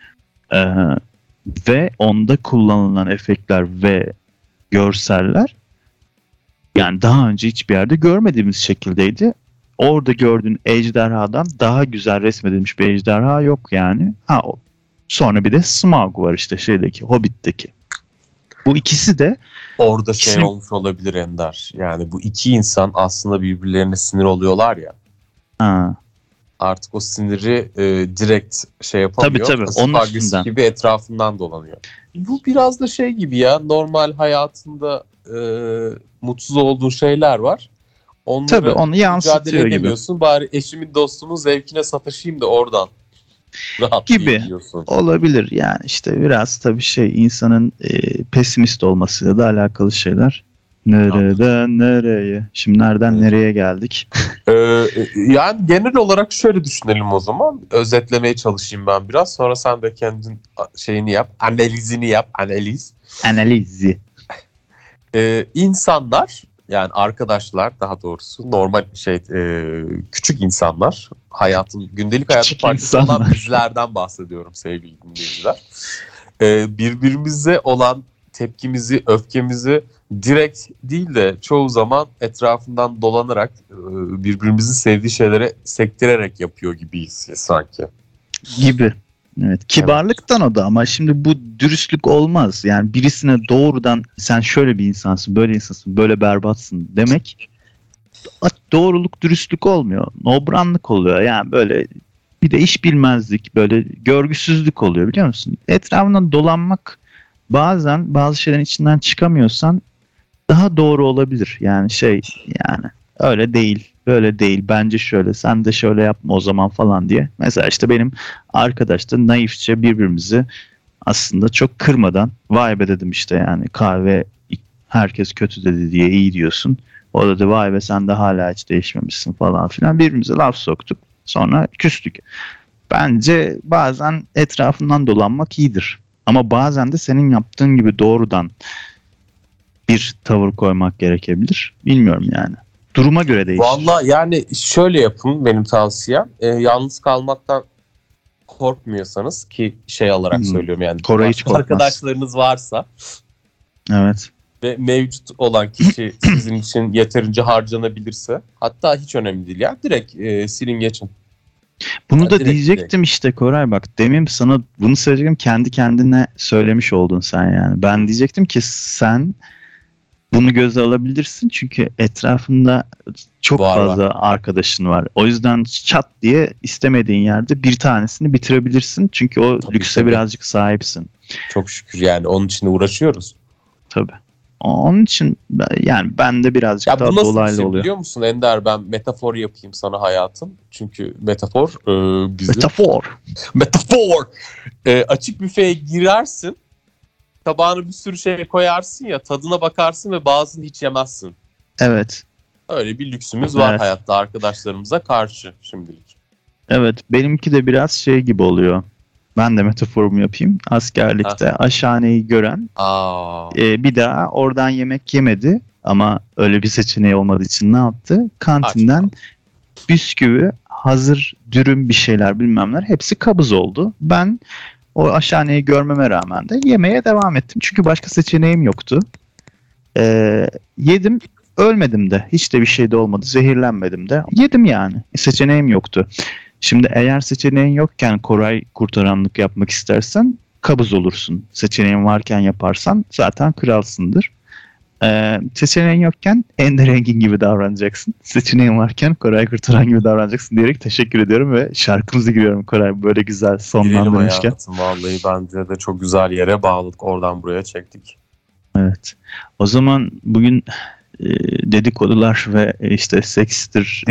Ve onda kullanılan efektler ve görseller yani daha önce hiçbir yerde görmediğimiz şekildeydi. Orada gördüğün ejderhadan daha güzel resmedilmiş bir ejderha yok yani. Sonra bir de Smaug var işte Hobbit'teki. Bu ikisi de Orada şey olmuş olabilir Ender. Yani bu iki insan aslında birbirlerine sinir oluyorlar ya. Artık o siniri direkt şey yapamıyor. Tabii. Onun üstünden. Gibi etrafından dolanıyor. Bu biraz da şey gibi ya. Normal hayatında mutsuz olduğun şeyler var. Onları tabii onu yansıtıyor gibi. Bari eşimin dostumun zevkine sataşayım da oradan rahatlayayım diyorsun. Olabilir yani işte biraz tabii insanın pesimist olmasıyla da alakalı şeyler. Nereden nereye? Şimdi nereden nereye geldik? Yani genel olarak şöyle düşünelim o zaman. Özetlemeye çalışayım ben biraz. Sonra sen de kendin şeyini yap. Analizini yap. Analizi. İnsanlar, yani arkadaşlar daha doğrusu, normal küçük insanlar, gündelik hayatın parçası olan bizlerden bahsediyorum sevgili dinleyiciler. birbirimize olan tepkimizi, öfkemizi direkt değil de çoğu zaman etrafından dolanarak birbirimizin sevdiği şeylere sektirerek yapıyor gibiyiz sanki. Gibi. Evet. Kibarlıktan o da, ama şimdi bu dürüstlük olmaz. Yani birisine doğrudan sen şöyle bir insansın, böyle insansın, böyle berbatsın demek doğruluk, dürüstlük olmuyor. Nobranlık oluyor. Yani böyle bir de iş bilmezlik, böyle görgüsüzlük oluyor, biliyor musun? Etrafından dolanmak, bazen bazı şeylerin içinden çıkamıyorsan daha doğru olabilir. Yani yani öyle değil, böyle değil, bence şöyle, sen de şöyle yapma o zaman falan diye. Mesela işte benim arkadaş da naifçe birbirimizi aslında çok kırmadan, vay be dedim işte, yani kahve herkes kötü dedi diye iyi diyorsun. O da dedi vay be sen de hala hiç değişmemişsin falan filan. Birbirimize laf soktuk. Sonra küstük. Bence bazen etrafından dolanmak iyidir. Ama bazen de senin yaptığın gibi doğrudan bir tavır koymak gerekebilir. Bilmiyorum yani. Duruma göre değişir. Vallahi yani şöyle yapın, benim tavsiyem. Yalnız kalmaktan korkmuyorsanız, ki olarak söylüyorum yani. Koray hiç korkmaz. Arkadaşlarınız varsa. Evet. Ve mevcut olan kişi sizin için yeterince harcanabilirse, hatta hiç önemli değil ya, direkt silin geçin. Bunu da diyecektim işte Koray, bak demin sana bunu söyleyecektim, kendi kendine söylemiş oldun sen yani. Ben diyecektim ki sen bunu göze alabilirsin çünkü etrafında çok fazla arkadaşın var. O yüzden çat diye istemediğin yerde bir tanesini bitirebilirsin çünkü o lükse birazcık sahipsin. Çok şükür yani, onun için uğraşıyoruz. Tabii. Onun için yani ben de birazcık ya daha dolaylı şey, oluyor. Biliyor musun Ender, ben metafor yapayım sana hayatım. Çünkü metafor bizim... Metafor! Açık büfeye girersin, tabağına bir sürü şey koyarsın ya, tadına bakarsın ve bazını hiç yemezsin. Evet. Öyle bir lüksümüz var hayatta arkadaşlarımıza karşı şimdilik. Evet, benimki de biraz gibi oluyor. Ben de metaforumu yapayım. Askerlikte aşhaneyi gören bir daha oradan yemek yemedi ama öyle bir seçeneği olmadığı için ne yaptı? Kantinden bisküvi, hazır dürüm bir şeyler bilmemler hepsi kabız oldu. Ben o aşhaneyi görmeme rağmen de yemeye devam ettim. Çünkü başka seçeneğim yoktu. Yedim, ölmedim de. Hiç de bir şey de olmadı. Zehirlenmedim de. Yedim yani. Seçeneğim yoktu. Şimdi eğer seçeneğin yokken Koray kurtaranlık yapmak istersen kabız olursun. Seçeneğin varken yaparsan zaten kralsındır. Seçeneğin yokken Ender Engin gibi davranacaksın. Seçeneğin varken Koray kurtaran gibi davranacaksın diyerek teşekkür ediyorum ve şarkımızı giriyorum Koray. Böyle güzel sonlandırmışken. Vallahi bence de çok güzel yere bağladık. Oradan buraya çektik. Evet. O zaman bugün dedikodular ve işte sekstir,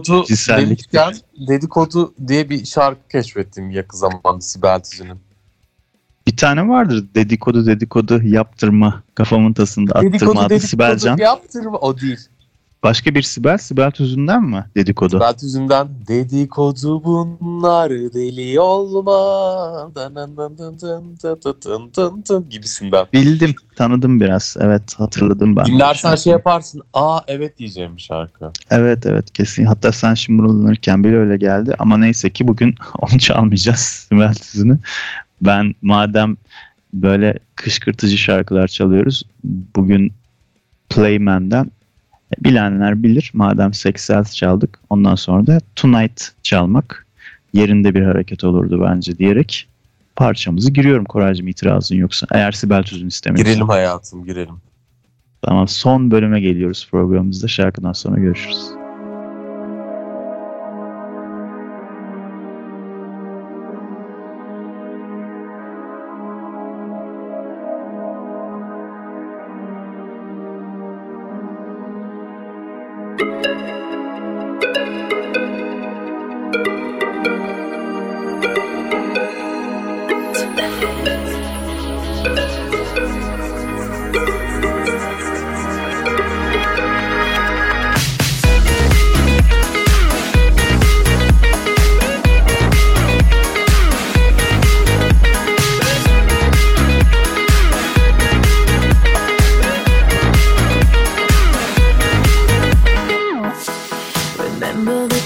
dedikodu diye bir şarkı keşfettim yakın zamanda Sibel Tüzün'ün. Bir tane vardır, dedikodu yaptırma, kafamın tasında attırma adı Sibel Can. Yaptırma, o değil. Başka bir Sibel Tüzün'den mi dedikodu? Sibel Tüzün'den dedikodu bunlar deli olma gibisinden. Bildim, tanıdım biraz. Evet, hatırladım ben. Dinlersen yaparsın. Evet diyeceğim bir şarkı. Evet kesin. Hatta sen şimdi mırıldanırken bile öyle geldi. Ama neyse ki bugün onu çalmayacağız, Sibel Tüzün'ü. Ben madem böyle kışkırtıcı şarkılar çalıyoruz, bugün Playman'den bilenler bilir, madem Sex Cells çaldık, ondan sonra da Tonight çalmak yerinde bir hareket olurdu bence diyerek parçamızı giriyorum. Koraycığım, itirazın yoksa, eğer Sibel Tüzün istemiyorsan. Girelim hayatım, girelim. Tamam, son bölüme geliyoruz programımızda. Şarkıdan sonra görüşürüz. Remember the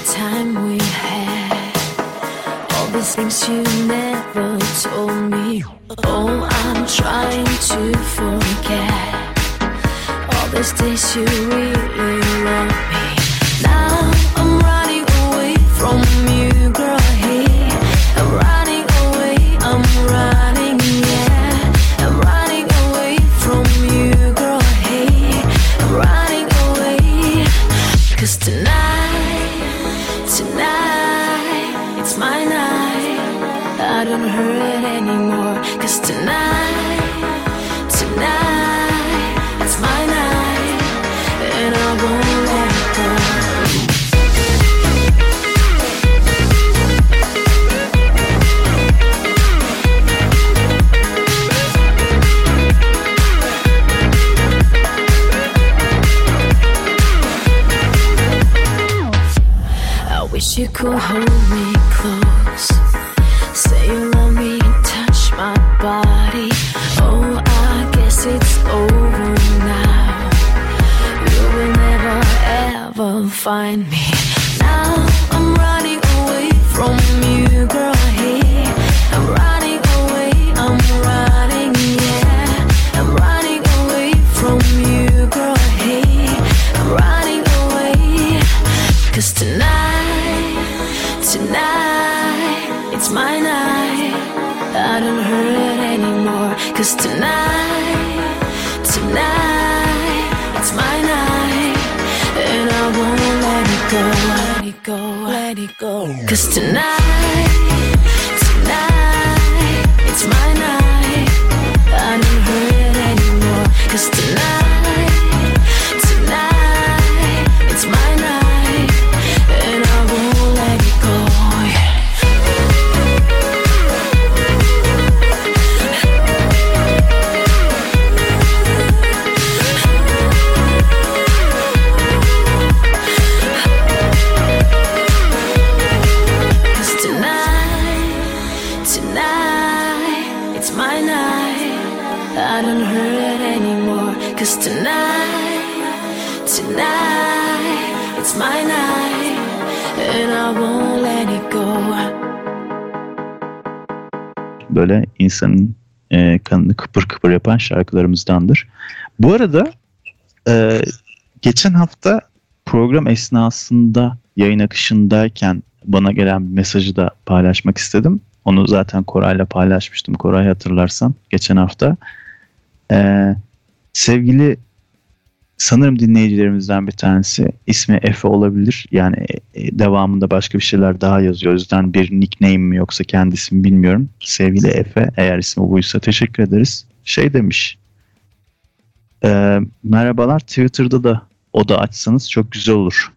care. All these days you really love me. Now I'm running away from you, girl. Hey, I'm running away, I'm running, yeah. I'm running away from you, girl. Hey, I'm running away. 'Cause tonight, it's my night. I don't hurt anymore. 'Cause tonight, it's my night. And I won't let it go. I wish you could hold me close. Say you love me and touch my body. Oh, I guess it's over now. You will never ever find me. Now I'm running away from you, girl. Hey, I'm running away, I'm running, yeah. I'm running away from you, girl. Hey, I'm running away. 'Cause tonight, it's my night. I don't hurt anymore. 'Cause tonight, it's my night. And I won't let it go, let it go, let it go. 'Cause tonight, it's my night. I don't hurt anymore. 'Cause tonight, it's my night. And I won't let it go, yeah. I don't hurt anymore. 'Cause tonight, it's my night. And I won't let it go. Böyle insanın kanını kıpır kıpır yapan şarkılarımızdandır. Bu arada geçen hafta program esnasında yayın akışındayken bana gelen bir mesajı da paylaşmak istedim. Onu zaten Koray'la paylaşmıştım. Koray hatırlarsan geçen hafta. Sevgili sanırım dinleyicilerimizden bir tanesi, ismi Efe olabilir. Yani devamında başka bir şeyler daha yazıyor. O yüzden bir nickname mi yoksa kendisi mi bilmiyorum. Sevgili Efe, eğer ismi buysa teşekkür ederiz. Şey demiş. Merhabalar, Twitter'da da oda açsanız çok güzel olur.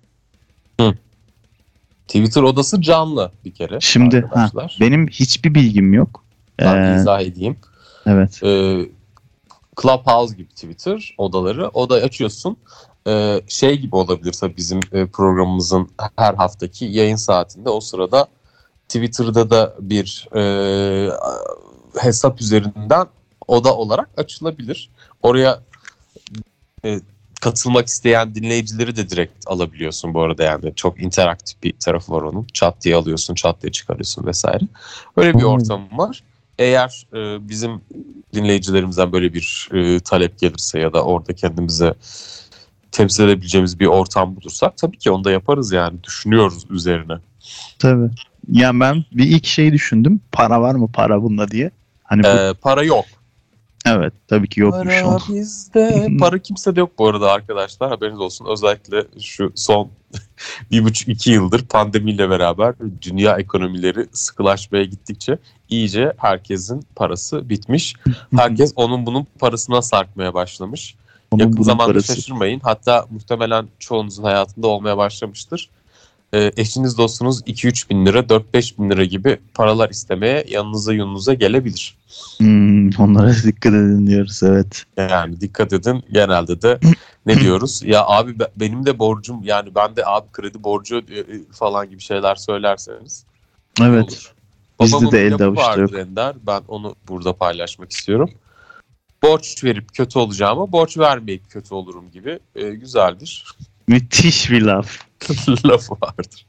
Twitter odası canlı bir kere. Şimdi benim hiçbir bilgim yok. Ben izah edeyim. Evet. Clubhouse gibi Twitter odaları. Odayı açıyorsun. Şey gibi olabilir tabii bizim programımızın her haftaki yayın saatinde. O sırada Twitter'da da bir hesap üzerinden oda olarak açılabilir. Oraya katılmak isteyen dinleyicileri de direkt alabiliyorsun bu arada, yani çok interaktif bir tarafı var onun. Chat diye alıyorsun, chat diye çıkarıyorsun vesaire. Öyle bir ortam var. Eğer bizim dinleyicilerimizden böyle bir talep gelirse ya da orada kendimize temsil edebileceğimiz bir ortam bulursak tabii ki onu da yaparız, yani düşünüyoruz üzerine. Tabii. Yani ben bir ilk şeyi düşündüm. Para var mı para bunda diye. Hani para yok. Evet, tabii ki yokmuş. Para bizde. Para kimsede yok bu arada arkadaşlar, haberiniz olsun. Özellikle şu son 1,5-2 yıldır pandemiyle beraber dünya ekonomileri sıkılaşmaya gittikçe iyice herkesin parası bitmiş. Herkes onun bunun parasına sarkmaya başlamış. Yakın zamanda şaşırmayın. Hatta muhtemelen çoğunuzun hayatında olmaya başlamıştır. Eşiniz, dostunuz 2-3 bin lira, 4-5 bin lira gibi paralar istemeye yanınıza gelebilir. Onlara dikkat edin diyoruz, evet. Yani dikkat edin. Genelde de ne diyoruz? Ya abi benim de borcum, yani ben de abi kredi borcu falan gibi şeyler söylerseniz. Evet. Olur. Bizde de elde avuçta yok. Ender. Ben onu burada paylaşmak istiyorum. Borç verip kötü olacağıma borç vermeyip kötü olurum gibi güzeldir. Müthiş bir laf. Lafı vardır.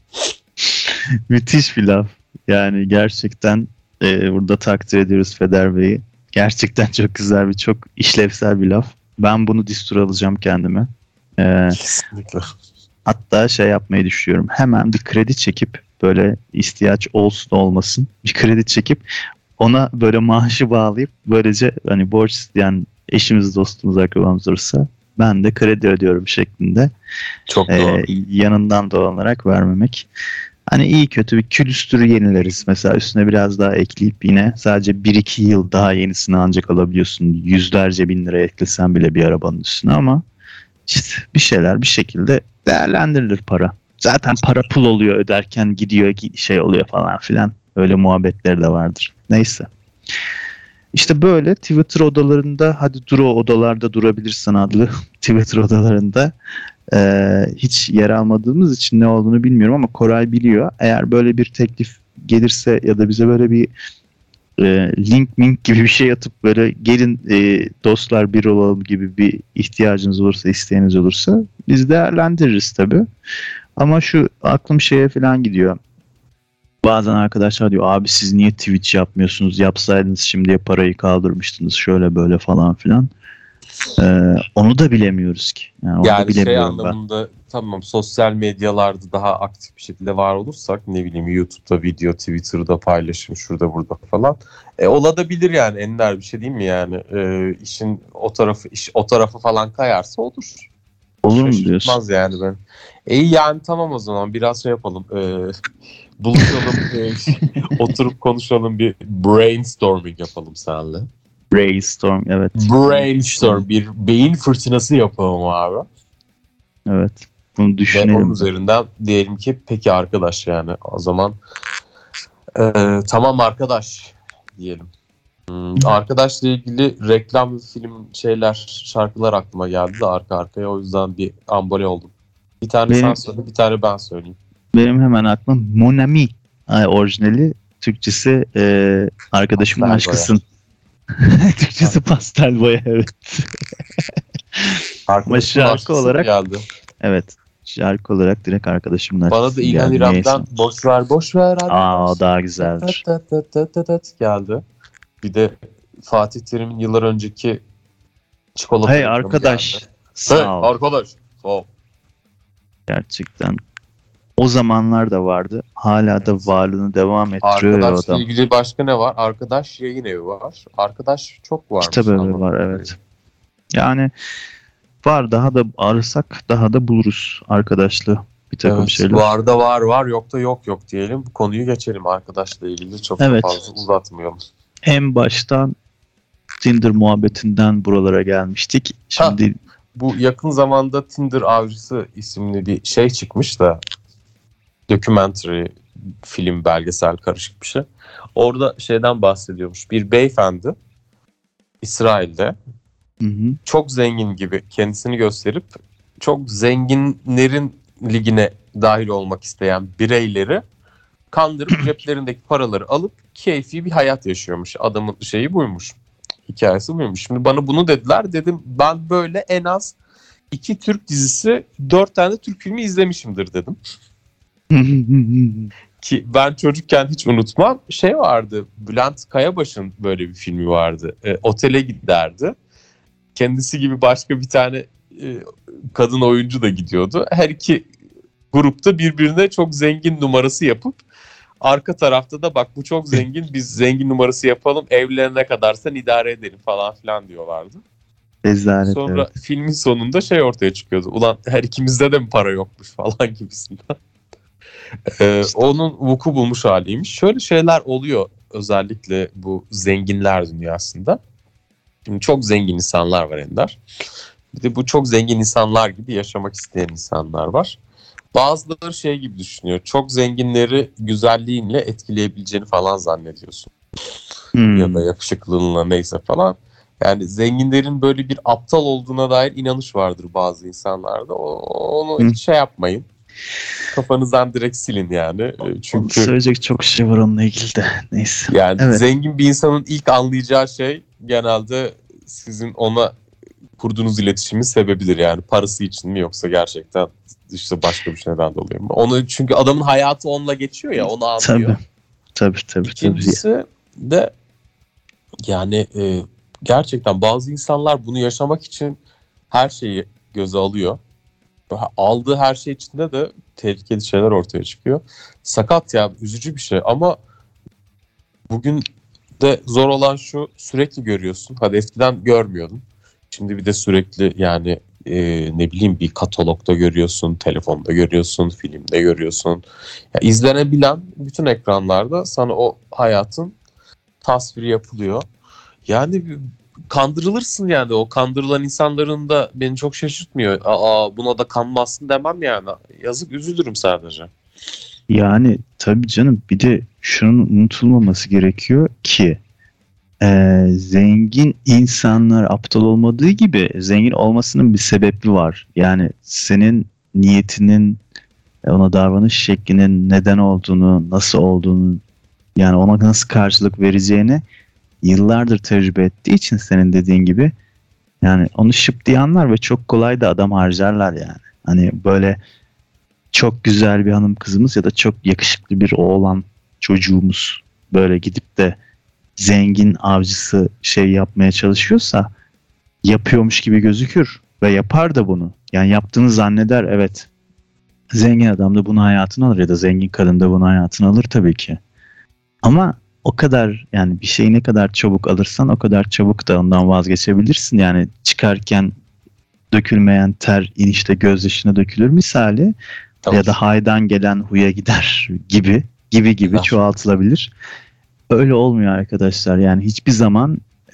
Müthiş bir laf. Yani gerçekten burada takdir ediyoruz Feder Bey'i. Gerçekten çok güzel bir, çok işlevsel bir laf. Ben bunu distur alacağım kendime. Kesinlikle. Hatta şey yapmayı düşünüyorum. Hemen bir kredi çekip, böyle ihtiyaç olsun olmasın bir kredi çekip ona böyle maaşı bağlayıp, böylece hani borç isteyen eşimiz, dostumuz, akrabamız olursa ben de kredi ödüyorum şeklinde Çok doğru. yanından dolanarak vermemek. Hani iyi kötü bir külüstürü yenileriz. Mesela üstüne biraz daha ekleyip yine sadece 1-2 yıl daha yenisini ancak alabiliyorsun. Yüzlerce bin lira eklesen bile bir arabanın üstüne, ama işte bir şeyler bir şekilde değerlendirilir para. Zaten para pul oluyor, öderken gidiyor, şey oluyor falan filan. Öyle muhabbetleri de vardır. Neyse. İşte böyle Twitter odalarında, hadi dur o odalarda durabilirsen adlı Twitter odalarında hiç yer almadığımız için ne olduğunu bilmiyorum, ama Koray biliyor. Eğer böyle bir teklif gelirse ya da bize böyle bir link gibi bir şey atıp böyle gelin dostlar bir olalım gibi bir ihtiyacınız olursa, isteğiniz olursa biz değerlendiririz tabii. Ama şu aklım şeye falan gidiyor. Bazen arkadaşlar diyor, abi siz niye Twitch yapmıyorsunuz? Yapsaydınız şimdiye parayı kaldırmıştınız şöyle böyle falan filan. Onu da bilemiyoruz ki. Yani, Yani şey anlamında tamam, sosyal medyalarda daha aktif bir şekilde var olursak, ne bileyim YouTube'da video, Twitter'da paylaşım, şurada burada falan. Olabilir yani, Ender, bir şey değil mi yani? İşin o tarafı falan kayarsa olur. Olur mu diyorsun? Şaşırtmaz yani ben. Yani tamam, o zaman biraz şey yapalım. Buluşalım, oturup konuşalım, bir brainstorming yapalım seninle. Brainstorm, evet. Brainstorm, bir beyin fırtınası yapalım abi. Evet. Bunu düşünelim. Ve onun üzerinden diyelim ki peki arkadaş, yani o zaman tamam arkadaş diyelim. Arkadaşla ilgili reklam, film, şarkılar aklıma geldi de arka arkaya, o yüzden bir ambole oldum. Bir tane sen söyle, bir tane ben söyleyeyim. Benim hemen aklım Mon Ami. Orijinali, Türkçesi arkadaşımın Pastel aşkısın. Türkçesi pastel boya, evet. Ama şarkı olarak geldi. Evet. Şarkı olarak direkt arkadaşımın aşkısın. Bana da İlhan İrem'den boş ver abi. O daha güzeldir. Geldi. Bir de Fatih Terim'in yıllar önceki çikolata. Hey arkadaş. Sağ ol. Arkadaş. Sağ ol. Gerçekten. O zamanlar da vardı. Hala da varlığını devam ettiriyor. Arkadaşla ilgili başka ne var? Arkadaş yayın evi var. Arkadaş çok var. Kitap evi var, evet. Yani var, daha da ararsak daha da buluruz arkadaşlı bir takım şeyler. Var da var, yok da yok diyelim. Bu konuyu geçelim, arkadaşla ilgili çok fazla uzatmayalım. En baştan Tinder muhabbetinden buralara gelmiştik. Şimdi bu yakın zamanda Tinder Avcısı isimli bir şey çıkmış da, documentary, film, belgesel karışık bir şey. Orada şeyden bahsediyormuş. Bir beyefendi İsrail'de çok zengin gibi kendisini gösterip çok zenginlerin ligine dahil olmak isteyen bireyleri kandırıp ceplerindeki paraları alıp keyfi bir hayat yaşıyormuş. Adamın şeyi buymuş. Hikayesi buymuş. Şimdi bana bunu dediler. Dedim ben böyle en az 2 Türk dizisi, 4 tane Türk filmi izlemişimdir dedim. Ki ben çocukken hiç unutmam. Şey vardı. Bülent Kayabaş'ın böyle bir filmi vardı. Otele giderdi. Kendisi gibi başka bir tane kadın oyuncu da gidiyordu. Her iki grupta birbirine çok zengin numarası yapıp arka tarafta da bak bu çok zengin, biz zengin numarası yapalım, evlenene kadar sen idare edelim falan filan diyorlardı. Rezalet, sonra evet. Filmin sonunda şey ortaya çıkıyordu. Ulan her ikimizde de mi para yokmuş falan gibisinden. Onun vuku bulmuş haliymiş. Şöyle şeyler oluyor özellikle bu zenginler dünyasında. Şimdi çok zengin insanlar var Ender. Bir de bu çok zengin insanlar gibi yaşamak isteyen insanlar var. Bazıları şey gibi düşünüyor. Çok zenginleri güzelliğinle etkileyebileceğini falan zannediyorsun. Ya da yakışıklılığına, neyse falan. Yani zenginlerin böyle bir aptal olduğuna dair inanış vardır bazı insanlarda. Onu hiç şey yapmayın. Kafanızdan direkt silin yani. Çünkü söyleyecek çok şey var onunla ilgili de. Neyse. Yani zengin bir insanın ilk anlayacağı şey genelde sizin ona kurduğunuz iletişimin sebebidir. Yani parası için mi, yoksa gerçekten işte başka bir şeyden dolayı mı? Onu, çünkü adamın hayatı onunla geçiyor ya, onu anlıyor. Tabii. İkincisi de Yani gerçekten bazı insanlar bunu yaşamak için her şeyi göze alıyor. Aldığı her şey içinde de tehlikeli şeyler ortaya çıkıyor. Sakat ya, üzücü bir şey ama bugün de zor olan şu, sürekli görüyorsun. Hadi eskiden görmüyordun. Şimdi bir de sürekli yani ne bileyim bir katalogda görüyorsun, telefonda görüyorsun, filmde görüyorsun. Ya, izlenebilen bütün ekranlarda sana o hayatın tasviri yapılıyor. Yani kandırılırsın yani. O kandırılan insanların da beni çok şaşırtmıyor. Buna da kanmazsın demem yani. Yazık, üzülürüm sadece. Yani tabii canım, bir de şunun unutulmaması gerekiyor ki zengin insanlar aptal olmadığı gibi zengin olmasının bir sebebi var. Yani senin niyetinin, ona davranış şeklinin neden olduğunu, nasıl olduğunu, yani ona nasıl karşılık vereceğini yıllardır tecrübe ettiği için, senin dediğin gibi yani onu şıp diye anlar ve çok kolay da adam harcarlar yani. Hani böyle çok güzel bir hanım kızımız ya da çok yakışıklı bir oğlan çocuğumuz böyle gidip de zengin avcısı şey yapmaya çalışıyorsa, yapıyormuş gibi gözükür ve yapar da bunu. Yani yaptığını zanneder, evet. Zengin adam da bunu hayatına alır ya da zengin kadın da bunu hayatına alır tabii ki. Ama o kadar, yani bir şeyi ne kadar çabuk alırsan o kadar çabuk da ondan vazgeçebilirsin. Yani çıkarken dökülmeyen ter inişte gözyaşına dökülür misali. Tabii. Ya da haydan gelen huya gider gibi çoğaltılabilir. Öyle olmuyor arkadaşlar. Yani hiçbir zaman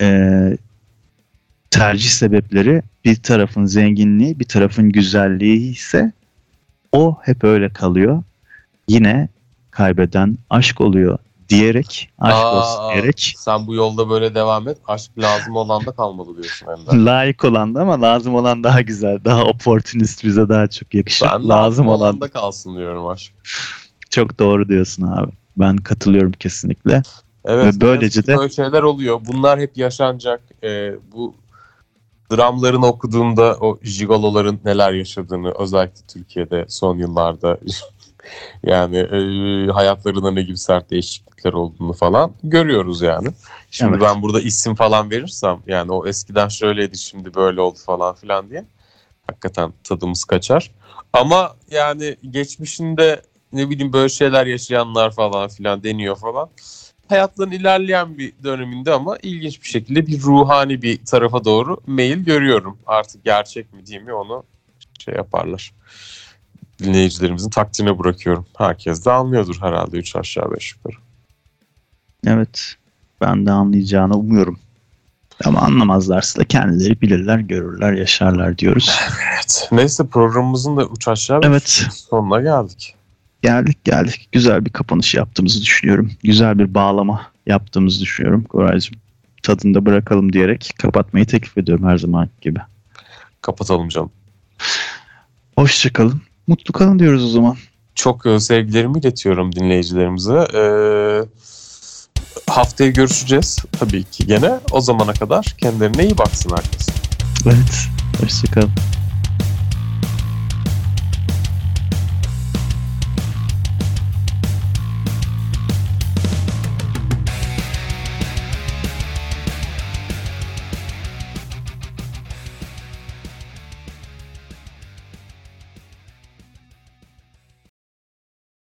tercih sebepleri bir tarafın zenginliği, bir tarafın güzelliği ise o hep öyle kalıyor. Yine kaybeden aşk oluyor diyerek, aşk olsun diyerek. Sen bu yolda böyle devam et. Aşk lazım olan da kalmalı diyorsun Ender. Layık olan da, ama lazım olan daha güzel, daha opportunist, bize daha çok yakışır. Ben lazım olan da kalsın diyorum aşk. Çok doğru diyorsun abi. Ben katılıyorum kesinlikle. Evet. Ve böylece de böyle şeyler oluyor. Bunlar hep yaşanacak. Bu dramlarını okuduğumda o jigoloların neler yaşadığını, özellikle Türkiye'de son yıllarda yani hayatlarında ne gibi sert değişiklikler olduğunu falan görüyoruz yani. Şimdi evet. Ben burada isim falan verirsem yani o eskiden şöyleydi şimdi böyle oldu falan filan diye hakikaten tadımız kaçar. Ama yani geçmişinde ne bileyim böyle şeyler yaşayanlar falan filan deniyor falan. Hayatların ilerleyen bir döneminde ama ilginç bir şekilde bir ruhani bir tarafa doğru meyil görüyorum. Artık gerçek mi değil mi onu şey yaparlar. Dinleyicilerimizin takdirine bırakıyorum. Herkes de anlıyordur herhalde 3 aşağı 5 yukarı. Evet. Ben de anlayacağını umuyorum. Ama anlamazlarsa da kendileri bilirler, görürler, yaşarlar diyoruz. Evet. Neyse, programımızın da 3 aşağı 5 sonuna geldik. Geldik. Güzel bir kapanış yaptığımızı düşünüyorum. Güzel bir bağlama yaptığımızı düşünüyorum. Koraycığım, tadında bırakalım diyerek kapatmayı teklif ediyorum her zaman gibi. Kapatalım canım. Hoşçakalın. Mutlu kalın diyoruz o zaman. Çok sevgilerimi iletiyorum dinleyicilerimize. Haftaya görüşeceğiz tabii ki gene. O zamana kadar kendilerine iyi baksın herkes. Evet. Hoşçakalın.